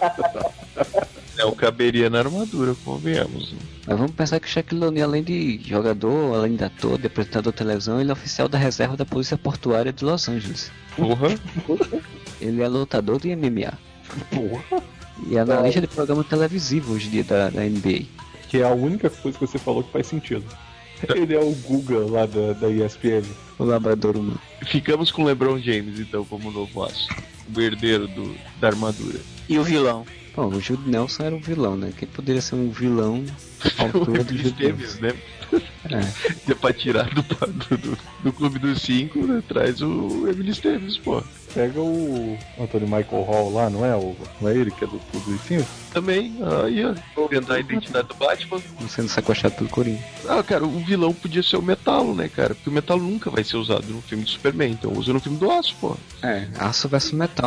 Caberia na armadura, convenhamos. Né? Mas vamos pensar que o Shaquille O'Neal, além de jogador, além de ator, de apresentador de televisão, ele é oficial da reserva da Polícia Portuária de Los Angeles. Porra! Ele é lutador de MMA. Porra! E é analista de programa televisivo hoje em dia da NBA. Que é a única coisa que você falou que faz sentido. Ele é o Guga lá da ESPN. O labrador humano. Ficamos com LeBron James, então, como novo Aço. O herdeiro da armadura. E o vilão? Bom, o Jude Nelson era um vilão, né? Quem poderia ser um vilão à altura do Jude Nelson? Né? É pra tirar do Clube dos 5, né? Traz o Emily Esteves, pô. Pega o Anthony Michael Hall lá, não é ele que é do Clube dos 5? Também, aí ó, tentar a identidade do Batman. Sendo sequestrado pelo Coringa. Cara, o vilão podia ser o Metalo, né, cara? Porque o Metalo nunca vai ser usado no filme do Superman, então usa no filme do Aço, pô. Aço versus Metal.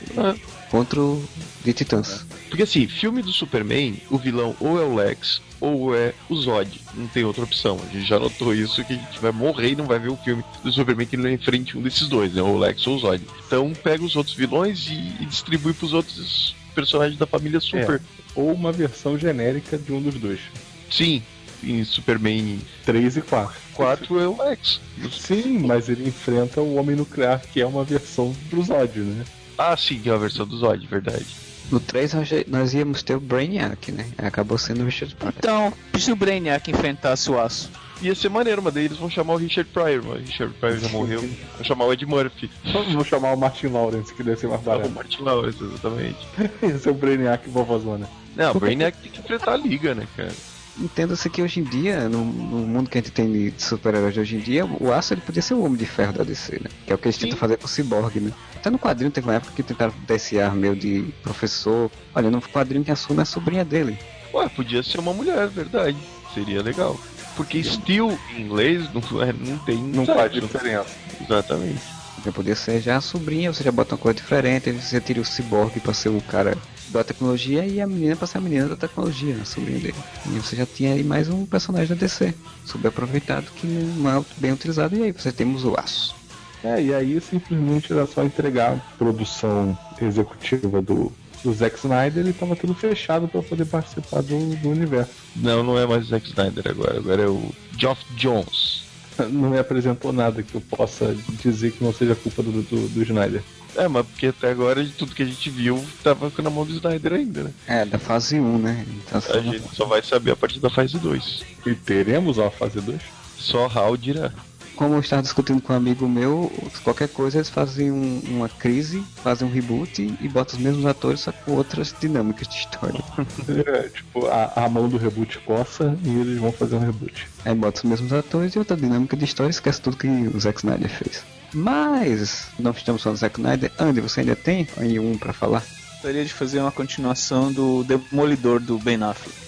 contra o de Titãs. Porque assim, filme do Superman, o vilão ou é o Lex ou é o Zod. Não tem outra opção. A gente já notou isso, que a gente vai morrer e não vai ver o filme do Superman que não enfrente um desses dois, né? Ou o Lex ou o Zod. Então pega os outros vilões e distribui pros outros personagens da família Super. Ou uma versão genérica de um dos dois. Sim, em Superman 3 e 4. 4 é o Lex. Sim, mas ele enfrenta o Homem Nuclear, que é uma versão do Zod, né? Ah, sim, é a versão do Zod, verdade. No 3 nós íamos ter o Brainiac, né? Acabou sendo o Richard Pryor. Então, se o Brainiac enfrentasse o Aço? Ia ser maneiro, mas daí eles vão chamar o Richard Pryor, mas o Richard Pryor já morreu. Vão chamar o Ed Murphy. Vou chamar o Martin Lawrence, que deve ser mais O barato. Martin Lawrence, exatamente. Esse é o Brainiac vovozona. Não, o Brainiac tem que enfrentar a Liga, né, cara? Entenda-se que hoje em dia, no mundo que a gente tem de super-heróis de hoje em dia, o Aço ele podia ser o Homem de Ferro da DC, né? Que é o que eles tentam fazer com o Cyborg, né? Até no quadrinho teve uma época que tentaram dar esse ar meio de professor. Olha, no quadrinho que assume é a sobrinha dele. Ué, podia ser uma mulher, verdade. Seria legal. Porque Steel em inglês não tem... Não faz diferença. Exatamente. Já podia ser já a sobrinha, você já bota uma coisa diferente, aí você tira o Cyborg pra ser o cara da tecnologia e a menina pra ser a menina da tecnologia, a sobrinha dele. E você já tinha aí mais um personagem da DC, subaproveitado, que não é bem utilizado, e aí você temos o Aço. E aí simplesmente era só entregar a produção executiva do Zack Snyder, ele tava tudo fechado pra poder participar do universo. Não é mais o Zack Snyder agora é o Geoff Johns. Não me apresentou nada que eu possa dizer que não seja culpa do Snyder. É, mas porque até agora de tudo que a gente viu tava na mão do Snyder ainda, né? É, da fase 1, né? Então, A gente só vai saber a partir da fase 2. E teremos uma fase 2? Só Hal dirá. Como eu estava discutindo com um amigo meu, qualquer coisa eles fazem uma crise, fazem um reboot e botam os mesmos atores, só com outras dinâmicas de história. Tipo, a mão do reboot coça e eles vão fazer um reboot. Aí bota os mesmos atores e outra dinâmica de história, esquece tudo que o Zack Snyder fez. Mas, não estamos falando do Zack Snyder. Andy, você ainda tem aí um pra falar? Gostaria de fazer uma continuação do Demolidor do Ben Affleck.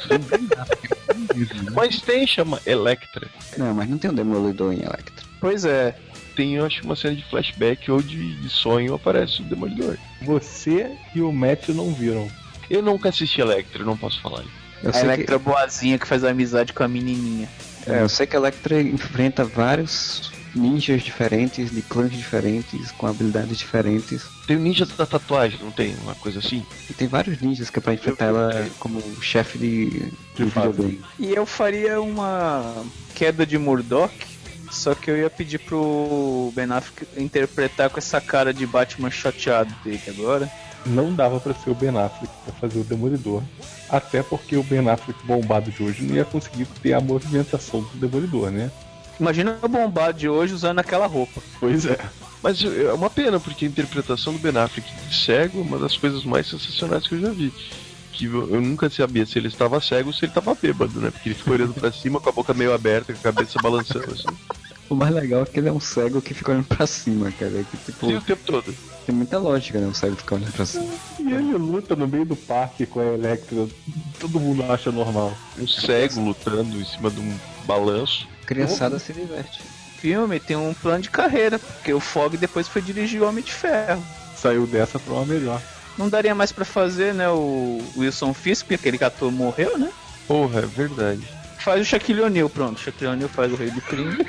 Mas tem, chama Elektra. Não, mas não tem um Demolidor em Elektra. Pois é. Tem, eu acho, uma cena de flashback ou de sonho aparece o Demolidor. Você e o Matt não viram. Eu nunca assisti Elektra, não posso falar. Eu A sei Electra boazinha que faz amizade com a menininha. eu sei que a Elektra enfrenta vários ninjas diferentes, de clãs diferentes, com habilidades diferentes. Tem o ninja da tatuagem, não tem uma coisa assim? E tem vários ninjas que é pra enfrentar ela como chefe de videogame. E eu faria uma queda de Murdoch, só que eu ia pedir pro Ben Affleck interpretar com essa cara de Batman chateado dele agora. Não dava pra ser o Ben Affleck pra fazer o Demolidor. Até porque o Ben Affleck bombado de hoje não ia conseguir ter a movimentação do Demolidor, né? Imagina o bombado de hoje usando aquela roupa. Pois é. Mas é uma pena, porque a interpretação do Ben Affleck de cego é uma das coisas mais sensacionais que eu já vi. Que eu nunca sabia se ele estava cego ou se ele estava bêbado, né? Porque ele ficou olhando pra cima com a boca meio aberta, com a cabeça balançando assim. O mais legal é que ele é um cego que fica olhando pra cima, cara. Que, tipo, Sim, o tempo todo. tem muita lógica, né? Um cego ficar olhando pra cima. E ele luta no meio do parque com a Electra. Todo mundo acha normal. Um cego lutando em cima de um balanço. Criançada se diverte. O filme tem um plano de carreira, porque o Fogg depois foi dirigir o Homem de Ferro. Saiu dessa pra uma melhor. Não daria mais pra fazer, né, o Wilson Fisk, aquele ator morreu, né? Porra, é verdade. Faz o Shaquille O'Neal, pronto. Shaquille O'Neal faz o Rei do Crime.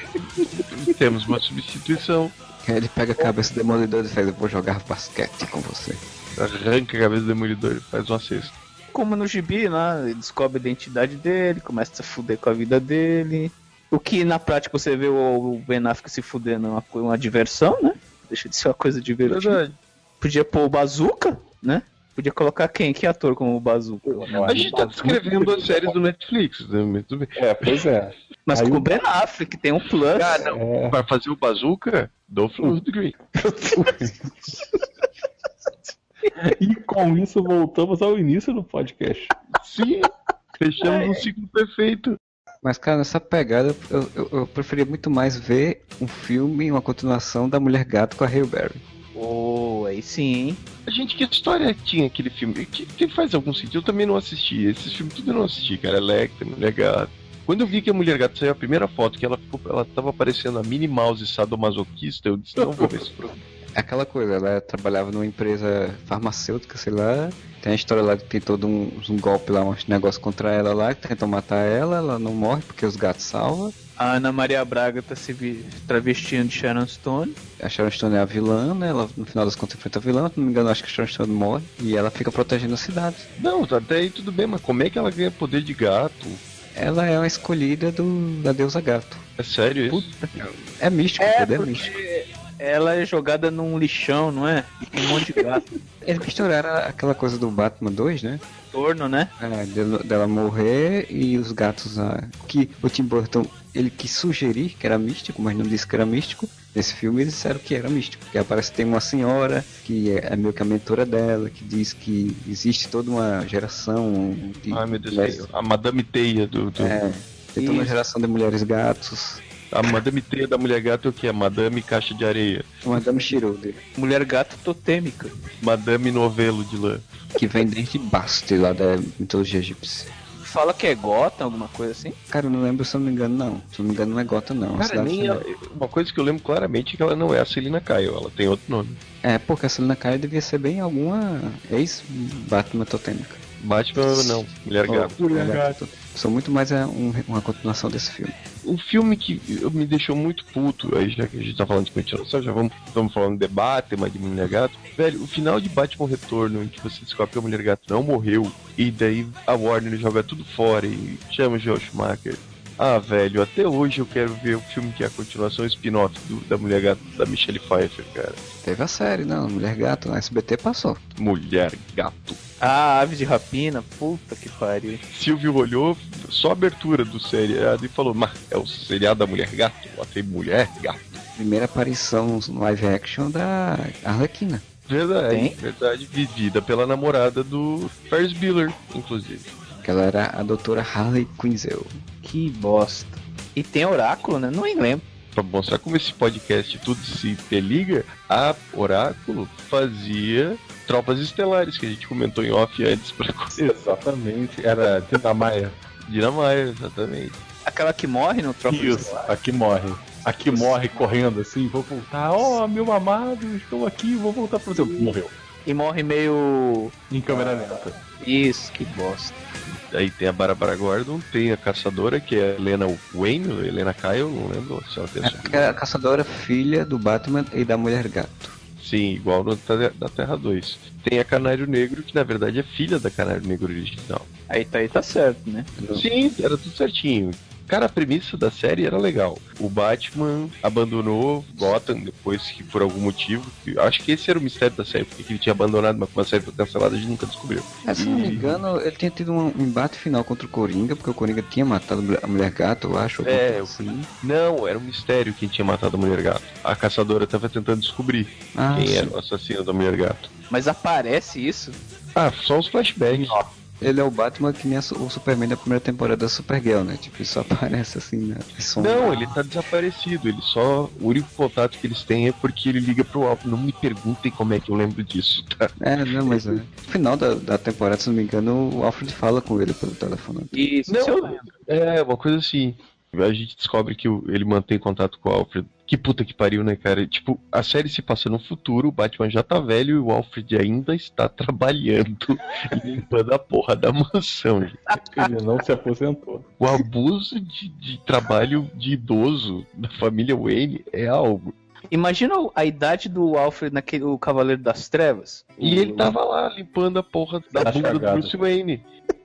Temos uma substituição. Aí ele pega a cabeça do Demolidor e faz: eu vou jogar basquete com você. Arranca a cabeça do Demolidor e faz uma cesta. Como no gibi, né? Ele descobre a identidade dele, começa a se fuder com a vida dele. O que na prática você vê o Ben Affleck se fudendo é uma diversão, né? Deixa de ser uma coisa divertida. Verdade. Podia pôr o Bazooka, né? Podia colocar quem? Que ator como o Bazooka? A gente tá descrevendo as séries do Netflix, né? Muito bem. Pois é. Mas Aí com o- o Ben Affleck, tem um plus. Ah, não. Pra fazer o Bazooka, Dolph Lundgren. E com isso voltamos ao início do podcast. Sim, fechamos um ciclo perfeito. Mas, cara, nessa pegada, eu preferia muito mais ver um filme, uma continuação da Mulher Gato com a Halle Berry. Oh, aí sim, hein? A gente, que história tinha aquele filme? Que faz algum sentido? Eu também não assisti. Esses filmes tudo eu não assisti, cara. Electra, Mulher Gato. Quando eu vi que a Mulher Gato saiu a primeira foto, que ela tava parecendo a Minnie Mouse sadomasoquista, eu disse, não vou ver esse programa. Aquela coisa, ela trabalhava numa empresa farmacêutica, sei lá. Tem a história lá que tem todo um golpe lá, um negócio contra ela lá, que tentam matar ela não morre porque os gatos salvam. A Ana Maria Braga tá se travestindo de Sharon Stone. A Sharon Stone é a vilã, né? Ela no final das contas enfrenta a vilã, se não me engano, acho que a Sharon Stone morre e ela fica protegendo a cidade. Não, até aí tudo bem, mas como é que ela ganha poder de gato? Ela é uma escolhida da deusa gato. É sério isso? É místico, o poder é místico. Ela é jogada num lixão, não é? E tem um monte de gato. Eles misturaram aquela coisa do Batman 2, né? Torno, né? Dela morrer e os gatos que o Tim Burton ele quis sugerir que era místico, mas não disse que era místico. Nesse filme eles disseram que era místico, que aparece que tem uma senhora que é meio que a mentora dela, que diz que existe toda uma geração de Ai meu Deus, mulheres, a Madame Teia do... tem toda uma geração de mulheres gatos. A Madame Teia da Mulher Gato é o que? A Madame Caixa de Areia. Madame Chirode, Mulher gato totêmica. Madame Novelo de Lã. que vem desde Bast, lá da mitologia egípcia. Fala que é Gotham, alguma coisa assim? Cara, eu não lembro, se eu não me engano, não. Se eu não me engano, não é Gotham, não. Cara, nem ela, uma coisa que eu lembro claramente é que ela não é a Selina Kyle, ela tem outro nome. É, porque a Selina Kyle devia ser bem alguma ex-Batman totêmica. Batman não, Mulher Gato. Mulher Gato. Sou muito mais uma continuação desse filme. Um filme que me deixou muito puto, aí já que a gente tá falando de continuação, já vamos falando de Batman, de Mulher Gato. Velho, o final de Batman Retorno, em que você descobre que a Mulher Gato não morreu, e daí a Warner joga tudo fora e chama o Joel Schumacher. Ah, velho, até hoje eu quero ver o filme que é a continuação spin-off da Mulher Gato, da Michelle Pfeiffer, cara. Teve a série, não, Mulher Gato, na SBT passou. Mulher Gato. Ah, Aves de Rapina, puta que pariu. Silvio olhou, só a abertura do seriado e falou, mas é o seriado da Mulher Gato? Ela tem Mulher Gato. Primeira aparição no live action da Arlequina. Verdade, Tem? verdade, vivida pela namorada do Ferris Bueller, inclusive. Que ela era a doutora Harley Quinzel. Que bosta. E tem Oráculo, né? Não lembro. Pra mostrar como esse podcast tudo se interliga, a Oráculo fazia Tropas Estelares, que a gente comentou em off antes. Exatamente, era Dinamaia. Dinamaia, exatamente. Aquela que morre no Tropa Isso, aqui morre. Aqui morre correndo assim, vou voltar. Oh, meu amado, estou aqui, vou voltar pro seu. Morreu. E morre meio... Em câmera lenta. Isso, que bosta. Aí tem a Barbara Gordon, tem a Caçadora, que é a Helena Wayne, Helena Kyle, não lembro se ela tem A caçadora, filha do Batman e da Mulher Gato. Sim, igual no da Terra 2. Tem a Canário Negro, que na verdade é filha da Canário Negro original. Aí tá certo, né? Sim, era tudo certinho. Cara, a premissa da série era legal. O Batman abandonou Gotham depois que, por algum motivo, acho que esse era o mistério da série, porque ele tinha abandonado, mas como a série foi cancelada, a gente nunca descobriu. Se não me engano, ele tinha tido um embate final contra o Coringa, porque o Coringa tinha matado a Mulher Gato, eu acho. Assim. Não, era um mistério quem tinha matado a Mulher Gato. A Caçadora estava tentando descobrir quem era o assassino da Mulher Gato. Mas aparece isso? Ah, só os flashbacks. Ele é o Batman que nem o Superman da primeira temporada da Supergirl, né? Tipo, ele só aparece assim, né? Não, ele tá desaparecido. Ele só... O único contato que eles têm é porque ele liga pro Alfred. Não me perguntem como é que eu lembro disso, tá? Não, mas no final da temporada, se não me engano, o Alfred fala com ele pelo telefone. Isso, não, eu lembro. É, uma coisa assim. A gente descobre que ele mantém contato com o Alfred. Que puta que pariu, né, cara? Tipo, a série se passa no futuro, o Batman já tá velho e o Alfred ainda está trabalhando limpando a porra da mansão, gente. Ele não se aposentou. O abuso de trabalho de idoso da família Wayne é algo. Imagina a idade do Alfred naquele o Cavaleiro das Trevas. E ele tava lá limpando a porra da bunda do Bruce Wayne.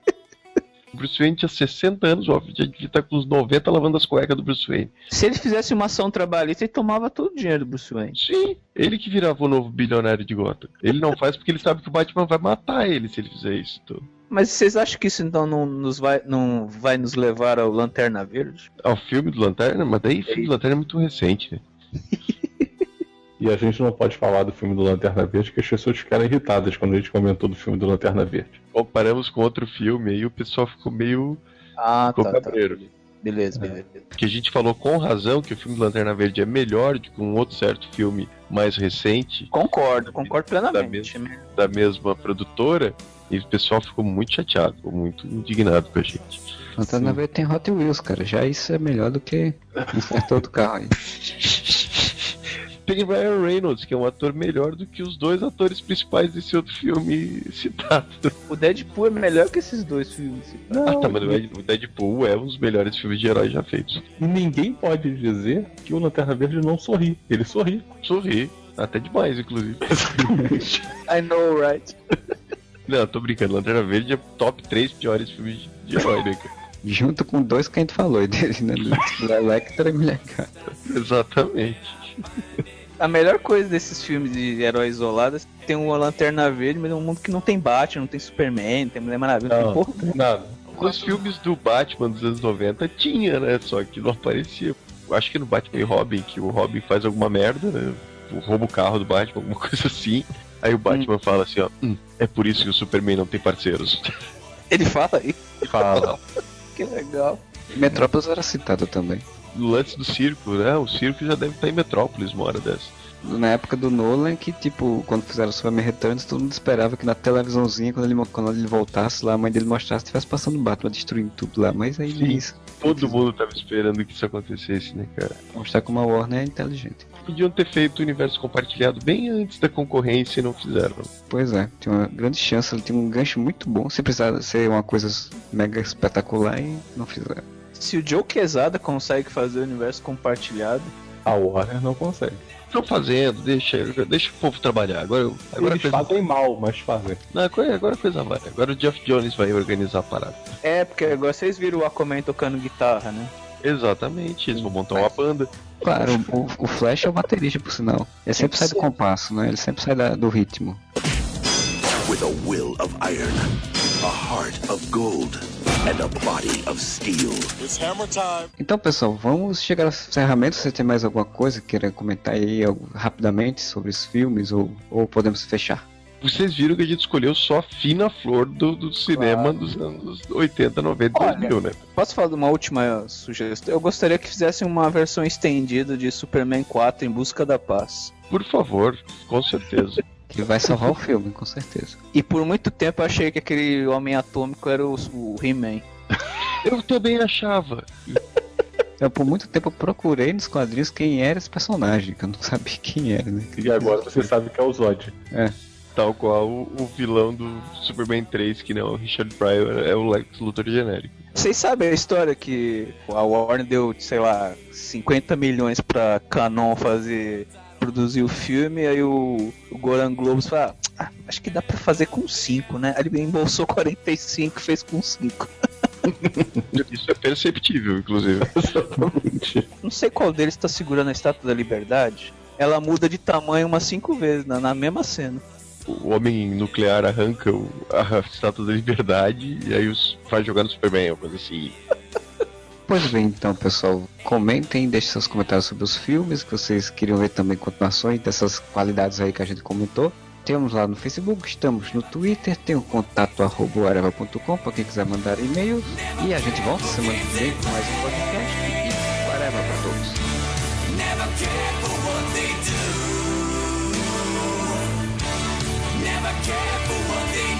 O Bruce Wayne tinha 60 anos, o Alfred já devia estar com uns 90 lavando as cuecas do Bruce Wayne. Se ele fizesse uma ação trabalhista, ele tomava todo o dinheiro do Bruce Wayne. Sim, ele que virava o novo bilionário de Gotham. Ele não faz porque ele sabe que o Batman vai matar ele se ele fizer isso tudo. Mas vocês acham que isso então não vai nos levar ao Lanterna Verde? Ao filme do Lanterna? Mas daí o filme do Lanterna é muito recente, né? E a gente não pode falar do filme do Lanterna Verde, que as pessoas ficaram irritadas quando a gente comentou do filme do Lanterna Verde. Comparamos com outro filme, aí o pessoal ficou meio... cabreiro. Beleza. Porque a gente falou com razão que o filme do Lanterna Verde é melhor do que um outro certo filme mais recente. Concordo plenamente. Da mesma produtora, e o pessoal ficou muito chateado, ficou muito indignado com a gente. Lanterna Verde tem Hot Wheels, cara. Já isso é melhor do que insertor do carro aí. tem Ryan Reynolds, que é um ator melhor do que os dois atores principais desse outro filme citado. O Deadpool é melhor que esses dois filmes. Tá, mas o Deadpool é um dos melhores filmes de herói já feitos. E ninguém pode dizer que o Lanterna Verde não sorri. Ele sorri. Sorri, até demais, inclusive. I know, right? Não, tô brincando, Lanterna Verde é top 3 piores filmes de herói, né, cara? Junto com dois que a gente falou dele, né? Do Electra e Mulher Gata. Exatamente. A melhor coisa desses filmes de heróis isolados é tem uma Lanterna Verde, mas é um mundo que não tem Batman, não tem Superman, não tem Mulher Maravilha, não tem porra. Nada. Os filmes do Batman dos anos 90 tinha, né? Só que não aparecia. Acho que no Batman e Robin, que o Robin faz alguma merda, né? Rouba o carro do Batman, alguma coisa assim. Aí o Batman fala assim, ó, é por isso que o Superman não tem parceiros. Ele fala aí. Fala. Que legal. Metrópolis era citado também. No lance do circo, né? O circo já deve estar em Metrópolis uma hora dessa. Na época do Nolan, que tipo, quando fizeram o Superman Returns, todo mundo esperava que na televisãozinha, quando ele voltasse lá, a mãe dele mostrasse, estivesse passando o Batman, destruindo tudo lá. Mas aí Sim. isso. Todo mundo tava esperando que isso acontecesse, né, cara? Mostrar como a Warner é inteligente. Podiam ter feito o universo compartilhado bem antes da concorrência e não fizeram. Pois é, tinha uma grande chance, ele tinha um gancho muito bom, sem precisar ser uma coisa mega espetacular e não fizeram. Se o Joe Quesada consegue fazer o universo compartilhado, A Warner não consegue. Estão fazendo, deixa o povo trabalhar. Agora Eles fazem mal, mas fazem. Não, agora a coisa vai. Agora o Geoff Jones vai organizar a parada. porque agora vocês viram o Aquaman tocando guitarra, né? Exatamente, eles vão montar uma banda. Claro, o Flash é o baterista, por sinal. Ele sempre sai do compasso, né? Ele sempre sai do ritmo. With a will of iron, a heart of gold, and a body of steel. It's hammer time. Então, pessoal, vamos chegar aos encerramentos. Você tem mais alguma coisa que queira comentar aí rapidamente sobre os filmes ou podemos fechar? Vocês viram que a gente escolheu só a fina flor do cinema dos anos 80, 90 e 2000, né? Posso falar de uma última sugestão? Eu gostaria que fizessem uma versão estendida de Superman 4 Em Busca da Paz. Por favor, com certeza. Que vai salvar o filme, com certeza. E por muito tempo eu achei que aquele Homem Atômico era o He-Man. Eu também achava. Por muito tempo eu procurei nos quadrinhos quem era esse personagem, que eu não sabia quem era, né? E agora você sabe que é o Zod. Tal qual o vilão do Superman 3, que não é o Richard Pryor, é o Lex Luthor genérico. Vocês sabem a história que a Warner deu, sei lá, 50 milhões pra Canon produzir o filme, aí o Goran Globus fala, acho que dá pra fazer com 5, né? Aí ele embolsou 45 e fez com 5. Isso é perceptível, inclusive. Exatamente. Não sei qual deles tá segurando a Estátua da Liberdade. Ela muda de tamanho umas 5 vezes na mesma cena. O homem nuclear arranca a Estátua da Liberdade e aí faz jogar no Superman, uma coisa assim. Pois bem, então, pessoal, comentem, deixem seus comentários sobre os filmes, que vocês queriam ver também continuações dessas qualidades aí que a gente comentou. Temos lá no Facebook, estamos no Twitter, tem o contato @areva.com para quem quiser mandar e-mails. E a gente volta semana que vem com mais um podcast e Areva para todos. Never care for what they do. Never care for what they